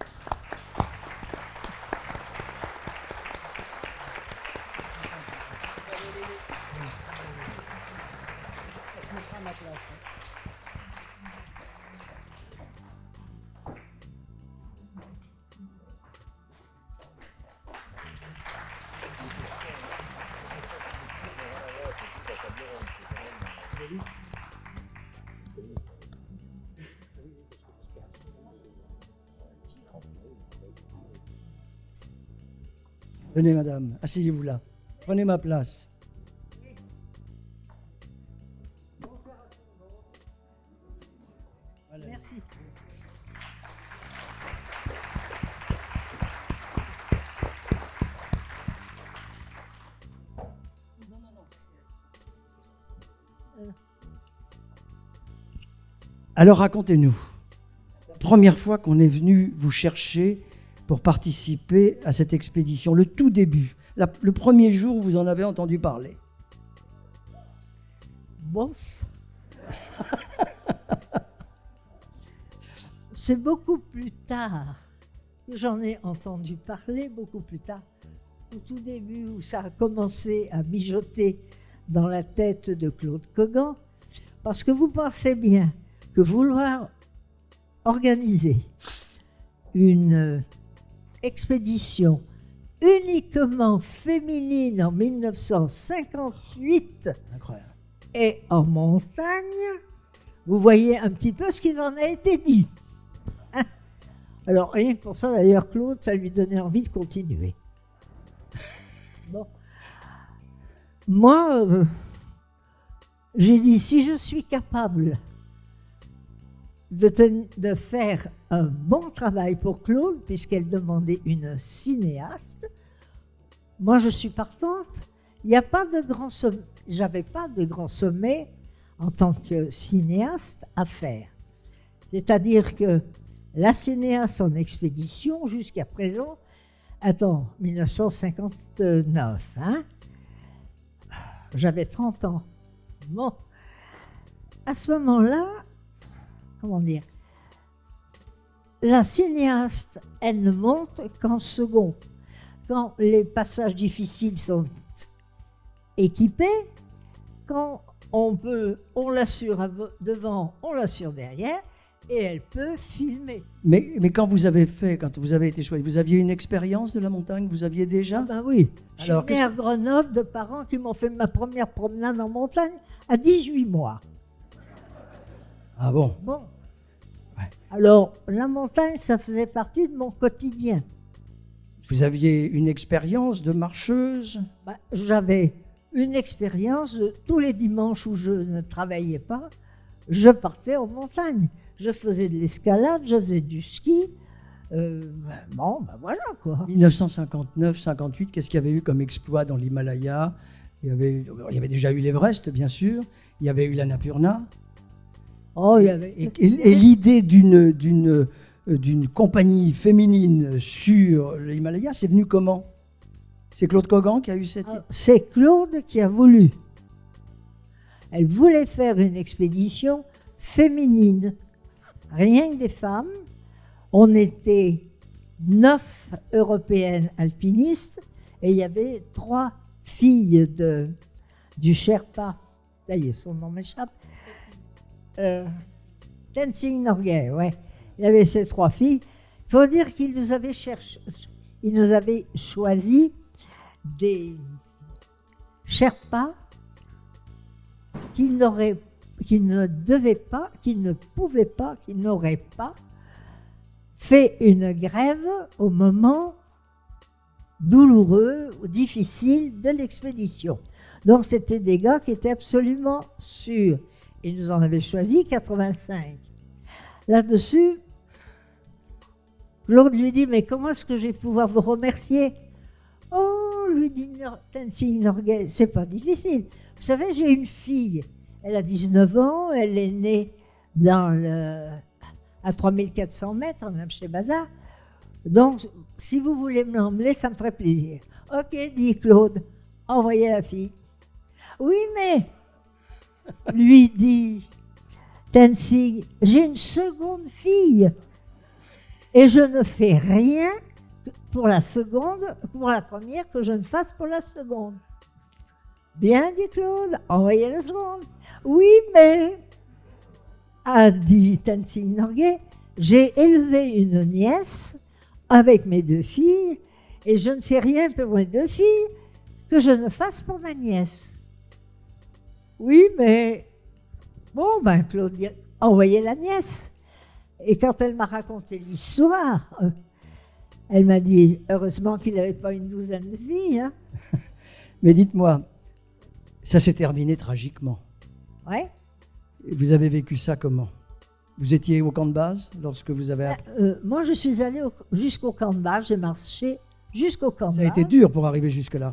[SPEAKER 2] Venez, madame, asseyez-vous là. Prenez ma place. Voilà.
[SPEAKER 6] Merci.
[SPEAKER 2] Alors racontez-nous, la première fois qu'on est venu vous chercher pour participer à cette expédition, le tout début, la, le premier jour où vous en avez entendu parler.
[SPEAKER 6] Bon, c'est beaucoup plus tard que j'en ai entendu parler, beaucoup plus tard, au tout début où ça a commencé à mijoter dans la tête de Claude Cogan, parce que vous pensez bien que vouloir organiser une expédition uniquement féminine en mille neuf cent cinquante-huit
[SPEAKER 2] Incroyable.
[SPEAKER 6] et en montagne, vous voyez un petit peu ce qu'il en a été dit. Hein? Alors, rien que pour ça, d'ailleurs, Claude, ça lui donnait envie de continuer. Bon. Moi, euh, j'ai dit, si je suis capable de, ten- de faire un bon travail pour Claude, puisqu'elle demandait une cinéaste, moi, je suis partante. Il n'y a pas de grand sommet. J'avais pas de grand sommet en tant que cinéaste à faire. C'est-à-dire que la cinéaste en expédition, jusqu'à présent, attends, mille neuf cent cinquante-neuf, hein? J'avais trente ans. Bon, à ce moment-là, comment dire, la cinéaste, elle ne monte qu'en second. Quand les passages difficiles sont équipés, quand on peut, on l'assure devant, on l'assure derrière, et elle peut filmer.
[SPEAKER 2] Mais, mais quand vous avez fait, quand vous avez été choisi, vous aviez une expérience de la montagne? Vous aviez déjà?
[SPEAKER 6] Ah ben oui. Je suis
[SPEAKER 2] Alors,
[SPEAKER 6] née à Grenoble de parents qui m'ont fait ma première promenade en montagne à dix-huit mois.
[SPEAKER 2] Ah bon?
[SPEAKER 6] Bon.
[SPEAKER 2] Ouais.
[SPEAKER 6] Alors, la montagne, ça faisait partie de mon quotidien.
[SPEAKER 2] Vous aviez une expérience de marcheuse?
[SPEAKER 6] Ben, j'avais une expérience de tous les dimanches où je ne travaillais pas, je partais en montagne. Je faisais de l'escalade, je faisais du ski. Euh, bon, ben voilà quoi.
[SPEAKER 2] dix-neuf cent cinquante-neuf cinquante-huit, qu'est-ce qu'il y avait eu comme exploit dans l'Himalaya? il y, avait, il y avait déjà eu l'Everest, bien sûr. Il y avait eu l'Annapurna.
[SPEAKER 6] Oh, il y avait...
[SPEAKER 2] Et, et- et l'idée d'une, d'une, euh, d'une compagnie féminine sur l'Himalaya, c'est venu comment? C'est Claude Cogan qui a eu cette idée?
[SPEAKER 6] Ah, c'est Claude qui a voulu. Elle voulait faire une expédition féminine. Rien que des femmes. On était neuf européennes alpinistes et il y avait trois filles de, du Sherpa. Ça y est, son nom m'échappe. Euh, Tenzing Norgay, ouais. Il y avait ces trois filles. Il faut dire qu'il nous avait cherché, il nous avait choisi des Sherpas qui n'auraient, qui ne devaient pas, qui ne pouvaient pas, qui n'auraient pas fait une grève au moment douloureux ou difficile de l'expédition. Donc c'était des gars qui étaient absolument sûrs. Ils nous en avaient choisi quatre-vingt-cinq. Là-dessus, Claude lui dit, mais comment est-ce que je vais pouvoir vous remercier? Oh, lui dit Tenzing Norgay, c'est pas difficile. Vous savez, j'ai une fille, elle a dix-neuf ans, elle est née dans le, à trois mille quatre cents mètres, en chez Bazar. Donc, si vous voulez me l'emmener, ça me ferait plaisir. Ok, dit Claude, envoyez la fille. Oui, mais, lui dit Tenzing, j'ai une seconde fille et je ne fais rien pour la seconde, pour la première, que je ne fasse pour la seconde. Bien, dit Claude, envoyez la seconde. Oui, mais, a dit Tenzing Norgay, j'ai élevé une nièce avec mes deux filles et je ne fais rien pour mes deux filles que je ne fasse pour ma nièce. Oui, mais, bon, ben, Claude dit, envoyez la nièce. Et quand elle m'a raconté l'histoire, euh, elle m'a dit, heureusement qu'il n'avait pas une douzaine de filles. Hein.
[SPEAKER 2] Mais dites-moi, ça s'est terminé tragiquement.
[SPEAKER 6] Ouais.
[SPEAKER 2] Vous avez vécu ça comment? Vous étiez au camp de base lorsque vous avez... appris-
[SPEAKER 6] Euh, moi, je suis allée au- jusqu'au camp de base, j'ai marché jusqu'au camp de
[SPEAKER 2] Ça a
[SPEAKER 6] base.
[SPEAKER 2] été dur pour arriver jusque-là.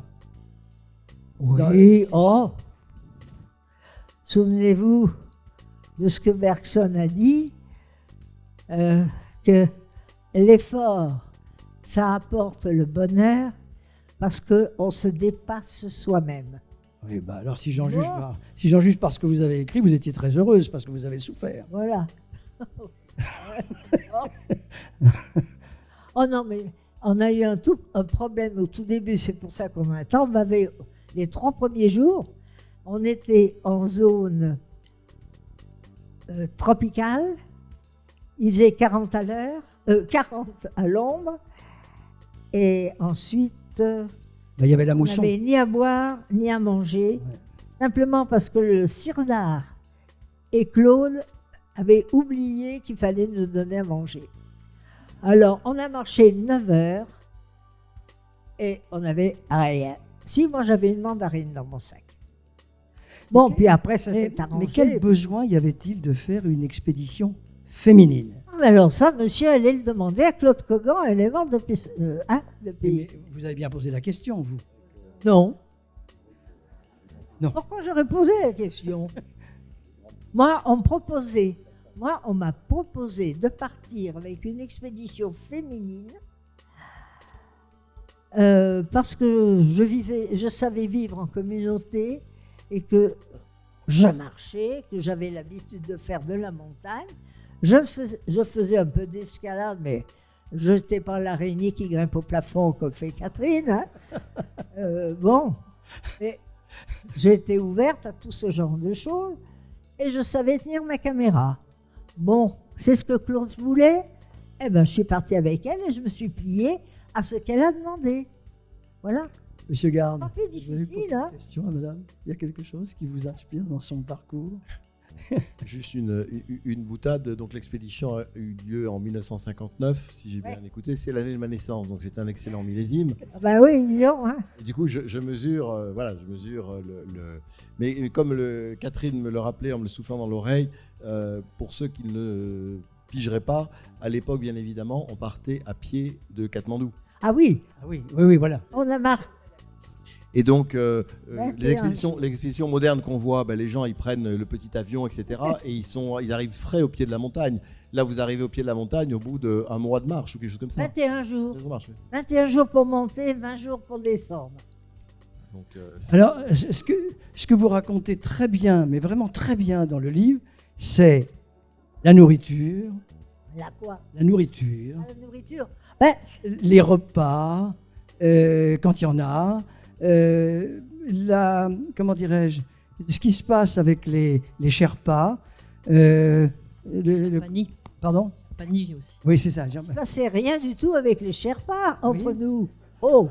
[SPEAKER 6] Oui, oh. Souvenez-vous de ce que Bergson a dit, euh, que l'effort, ça apporte le bonheur parce qu'on se dépasse soi-même.
[SPEAKER 2] Oui, bah alors si j'en juge,
[SPEAKER 6] Bon.
[SPEAKER 2] par, si j'en juge par ce que vous avez écrit, vous étiez très heureuse parce que vous avez souffert.
[SPEAKER 6] Voilà. Oh non, mais On a eu un, tout, un problème au tout début, c'est pour ça qu'on attend. On avait, les trois premiers jours, on était en zone euh, tropicale. Il faisait quarante à l'heure, euh, quarante à l'ombre. Et ensuite, euh,
[SPEAKER 2] Ben, il y avait la
[SPEAKER 6] on
[SPEAKER 2] mousson.
[SPEAKER 6] n'avait ni à boire, ni à manger.
[SPEAKER 2] Ouais.
[SPEAKER 6] Simplement parce que le sirdard et Claude avaient oublié qu'il fallait nous donner à manger. Alors, on a marché neuf heures et on n'avait rien. Si, moi, j'avais une mandarine dans mon sac. Bon,
[SPEAKER 2] Mais
[SPEAKER 6] puis après, ça
[SPEAKER 2] Mais,
[SPEAKER 6] s'est arrangé.
[SPEAKER 2] mais quel besoin y avait-il de faire une expédition féminine?
[SPEAKER 6] Alors ça, monsieur, allez le demander à Claude Cogan, élément de, P- euh, hein, de pays.
[SPEAKER 2] Mais vous avez bien posé la question, vous.
[SPEAKER 6] Non.
[SPEAKER 2] Non.
[SPEAKER 6] Pourquoi j'aurais posé la question? Moi, on me proposait, moi, on m'a proposé de partir avec une expédition féminine euh, parce que je vivais, je savais vivre en communauté et que je marchais, que j'avais l'habitude de faire de la montagne. Je faisais, je faisais un peu d'escalade, mais je n'étais pas l'araignée qui grimpe au plafond comme fait Catherine. Hein. Euh, bon, et j'étais ouverte à tout ce genre de choses et je savais tenir ma caméra. Bon, c'est ce que Claude voulait. Eh bien, je suis partie avec elle et je me suis pliée à ce qu'elle a demandé. Voilà.
[SPEAKER 2] Monsieur Garde,
[SPEAKER 6] Pas plus
[SPEAKER 2] vous avez posé
[SPEAKER 6] difficile,
[SPEAKER 2] une
[SPEAKER 6] hein.
[SPEAKER 2] question à madame. Il y a quelque chose qui vous inspire dans son parcours?
[SPEAKER 5] Juste une, une, une boutade. Donc l'expédition a eu lieu en mille neuf cent cinquante-neuf, si j'ai bien
[SPEAKER 6] Ouais.
[SPEAKER 5] écouté. C'est l'année de ma naissance, donc c'est un excellent millésime.
[SPEAKER 6] Ah ben oui, ils l'ont, hein.
[SPEAKER 5] Et du coup, je, je mesure, euh, voilà, je mesure euh, le, le- Mais mais comme le, Catherine me le rappelait en me le soufflant dans l'oreille, euh, pour ceux qui ne pigeraient pas, à l'époque, bien évidemment, on partait à pied de Katmandou.
[SPEAKER 6] Ah oui,
[SPEAKER 2] Ah oui, oui, oui, voilà.
[SPEAKER 6] on a marqué.
[SPEAKER 5] Et donc, euh, euh,
[SPEAKER 6] vingt et un.
[SPEAKER 5] les, expéditions, les expéditions modernes qu'on voit, ben, les gens, ils prennent le petit avion, et cetera. Et ils, sont, ils arrivent frais au pied de la montagne. Là, vous arrivez au pied de la montagne au bout d'un mois de marche ou quelque chose comme ça.
[SPEAKER 6] vingt et un jours.
[SPEAKER 5] Ça marche, oui.
[SPEAKER 6] vingt et un jours pour monter, vingt jours pour descendre.
[SPEAKER 5] Donc, euh, c'est-
[SPEAKER 2] Alors, ce que, ce que vous racontez très bien, mais vraiment très bien dans le livre, c'est la nourriture,
[SPEAKER 6] La quoi?
[SPEAKER 2] la nourriture,
[SPEAKER 6] La nourriture. Ben,
[SPEAKER 2] les repas, euh, quand il y en a, euh, la, comment dirais-je, ce qui se passe avec les, les Sherpas, euh, le- le-
[SPEAKER 3] Pani,
[SPEAKER 2] pardon?
[SPEAKER 3] Pani aussi.
[SPEAKER 2] Oui, c'est ça.
[SPEAKER 6] il ne passait rien du tout avec les Sherpas entre
[SPEAKER 2] Oui.
[SPEAKER 6] nous. Oh,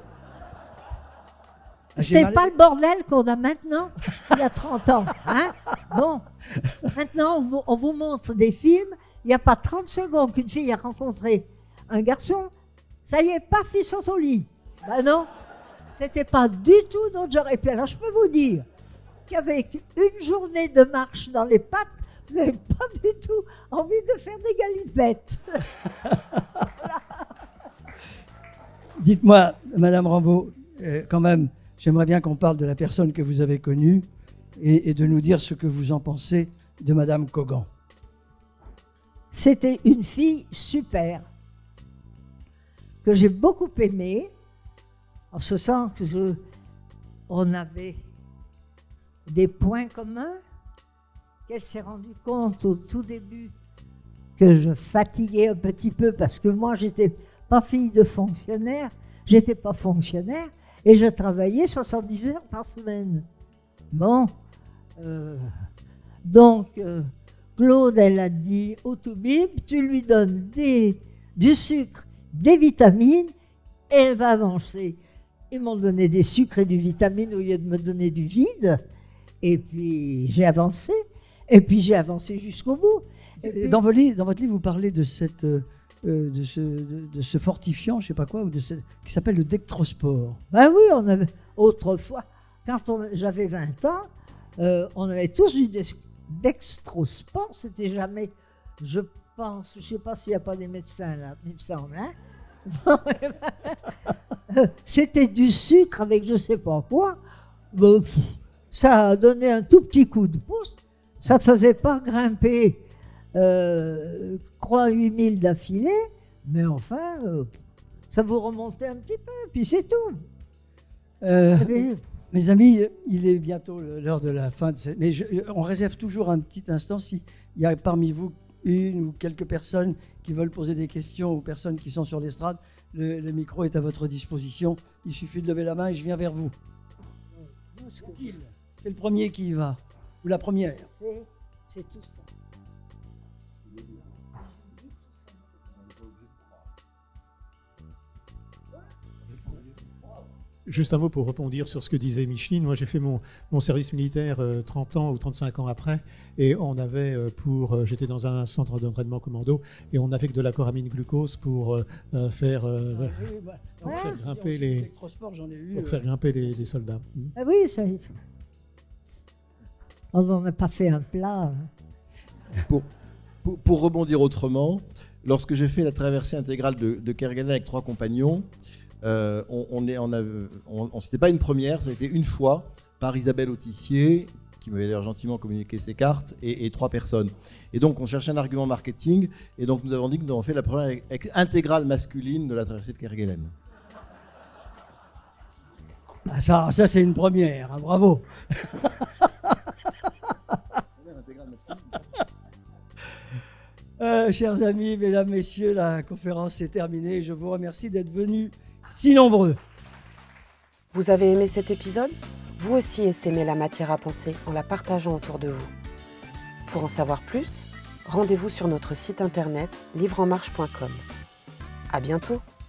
[SPEAKER 2] Ah, j'ai
[SPEAKER 6] c'est
[SPEAKER 2] mal-
[SPEAKER 6] pas le bordel qu'on a maintenant, il y a trente ans. Hein? Bon, maintenant, on vous, on vous montre des films, il n'y a pas trente secondes qu'une fille a rencontré un garçon, ça y est, paf, ils sont au lit. Ben non, c'était pas du tout notre genre. Et puis alors, je peux vous dire qu'avec une journée de marche dans les pattes, vous n'avez pas du tout envie de faire des galipettes.
[SPEAKER 2] Dites-moi, Madame Rambaud, euh, quand même, j'aimerais bien qu'on parle de la personne que vous avez connue et, et de nous dire ce que vous en pensez de Madame Cogan.
[SPEAKER 6] C'était une fille super, que j'ai beaucoup aimée, en ce sens que je, on avait des points communs, qu'elle s'est rendue compte au tout début que je fatiguais un petit peu parce que moi, j'étais pas fille de fonctionnaire, j'étais pas fonctionnaire et je travaillais soixante-dix heures par semaine. Bon, euh, donc, euh, Claude, elle a dit au Toubib, tu lui donnes des, du sucre, des vitamines, et elle va avancer. Ils m'ont donné des sucres et du vitamine au lieu de me donner du vide. Et puis j'ai avancé. Et puis j'ai avancé jusqu'au bout. Et puis-
[SPEAKER 2] Dans, vos livres- dans votre livre, vous parlez de, cette, euh, de, ce, de, de ce fortifiant, je ne sais pas quoi, ou de ce- qui s'appelle le dextrosport.
[SPEAKER 6] Ben oui, on avait autrefois, quand on- j'avais vingt ans, euh, on avait tous eu des dextrosport. C'était jamais, je pense, je ne sais pas s'il n'y a pas des médecins là, il me semble. Hein? Euh, C'était du sucre avec je ne sais pas quoi. Ben, pff, ça a donné un tout petit coup de pouce. Ça ne faisait pas grimper euh, croix huit mille d'affilée, mais enfin, euh, ça vous remontait un petit peu, puis c'est tout.
[SPEAKER 2] Euh,
[SPEAKER 6] Et-
[SPEAKER 2] mes amis, il est bientôt l'heure de la fin. De cette... Mais je- on réserve toujours un petit instant s'il y a parmi vous une ou quelques personnes qui veulent poser des questions aux personnes qui sont sur l'estrade. le, le micro est à votre disposition. Il suffit de lever la main et je viens vers vous. C'est le premier qui y va, ou la première.
[SPEAKER 6] C'est, c'est tout ça.
[SPEAKER 4] Juste un mot pour rebondir sur ce que disait Micheline. Moi, j'ai fait mon, mon service militaire euh, trente ans ou trente-cinq ans après. Et on avait euh, pour... Euh, j'étais dans un centre d'entraînement commando. Et on n'avait que de la coramine glucose pour euh, euh, faire, euh,
[SPEAKER 2] Ah, oui, bah,
[SPEAKER 4] pour
[SPEAKER 6] ouais.
[SPEAKER 4] faire grimper
[SPEAKER 2] aussi,
[SPEAKER 4] les,
[SPEAKER 2] l'électrosport, j'en ai eu.
[SPEAKER 4] pour
[SPEAKER 2] euh,
[SPEAKER 4] faire grimper les, les soldats. Mm.
[SPEAKER 6] Ah oui, ça. On n'en a pas fait un plat.
[SPEAKER 5] Pour, pour, pour rebondir autrement, lorsque j'ai fait la traversée intégrale de, de Kerguelen avec trois compagnons, euh, on, on, est, on, a, on, on c'était pas une première, ça a été une fois par Isabelle Autissier, qui m'avait d'ailleurs gentiment communiqué ses cartes, et, et trois personnes. Et donc on cherchait un argument marketing, et donc nous avons dit que nous avons fait la première intégrale masculine de la traversée de Kerguelen.
[SPEAKER 2] Ah, ça, ça c'est une première, hein, bravo. Euh, chers amis, mesdames, messieurs, la conférence est terminée. Je vous remercie d'être venus si nombreux.
[SPEAKER 1] Vous avez aimé cet épisode ? Vous aussi essaimez la matière à penser en la partageant autour de vous. Pour en savoir plus, rendez-vous sur notre site internet livre en marche point com. À bientôt.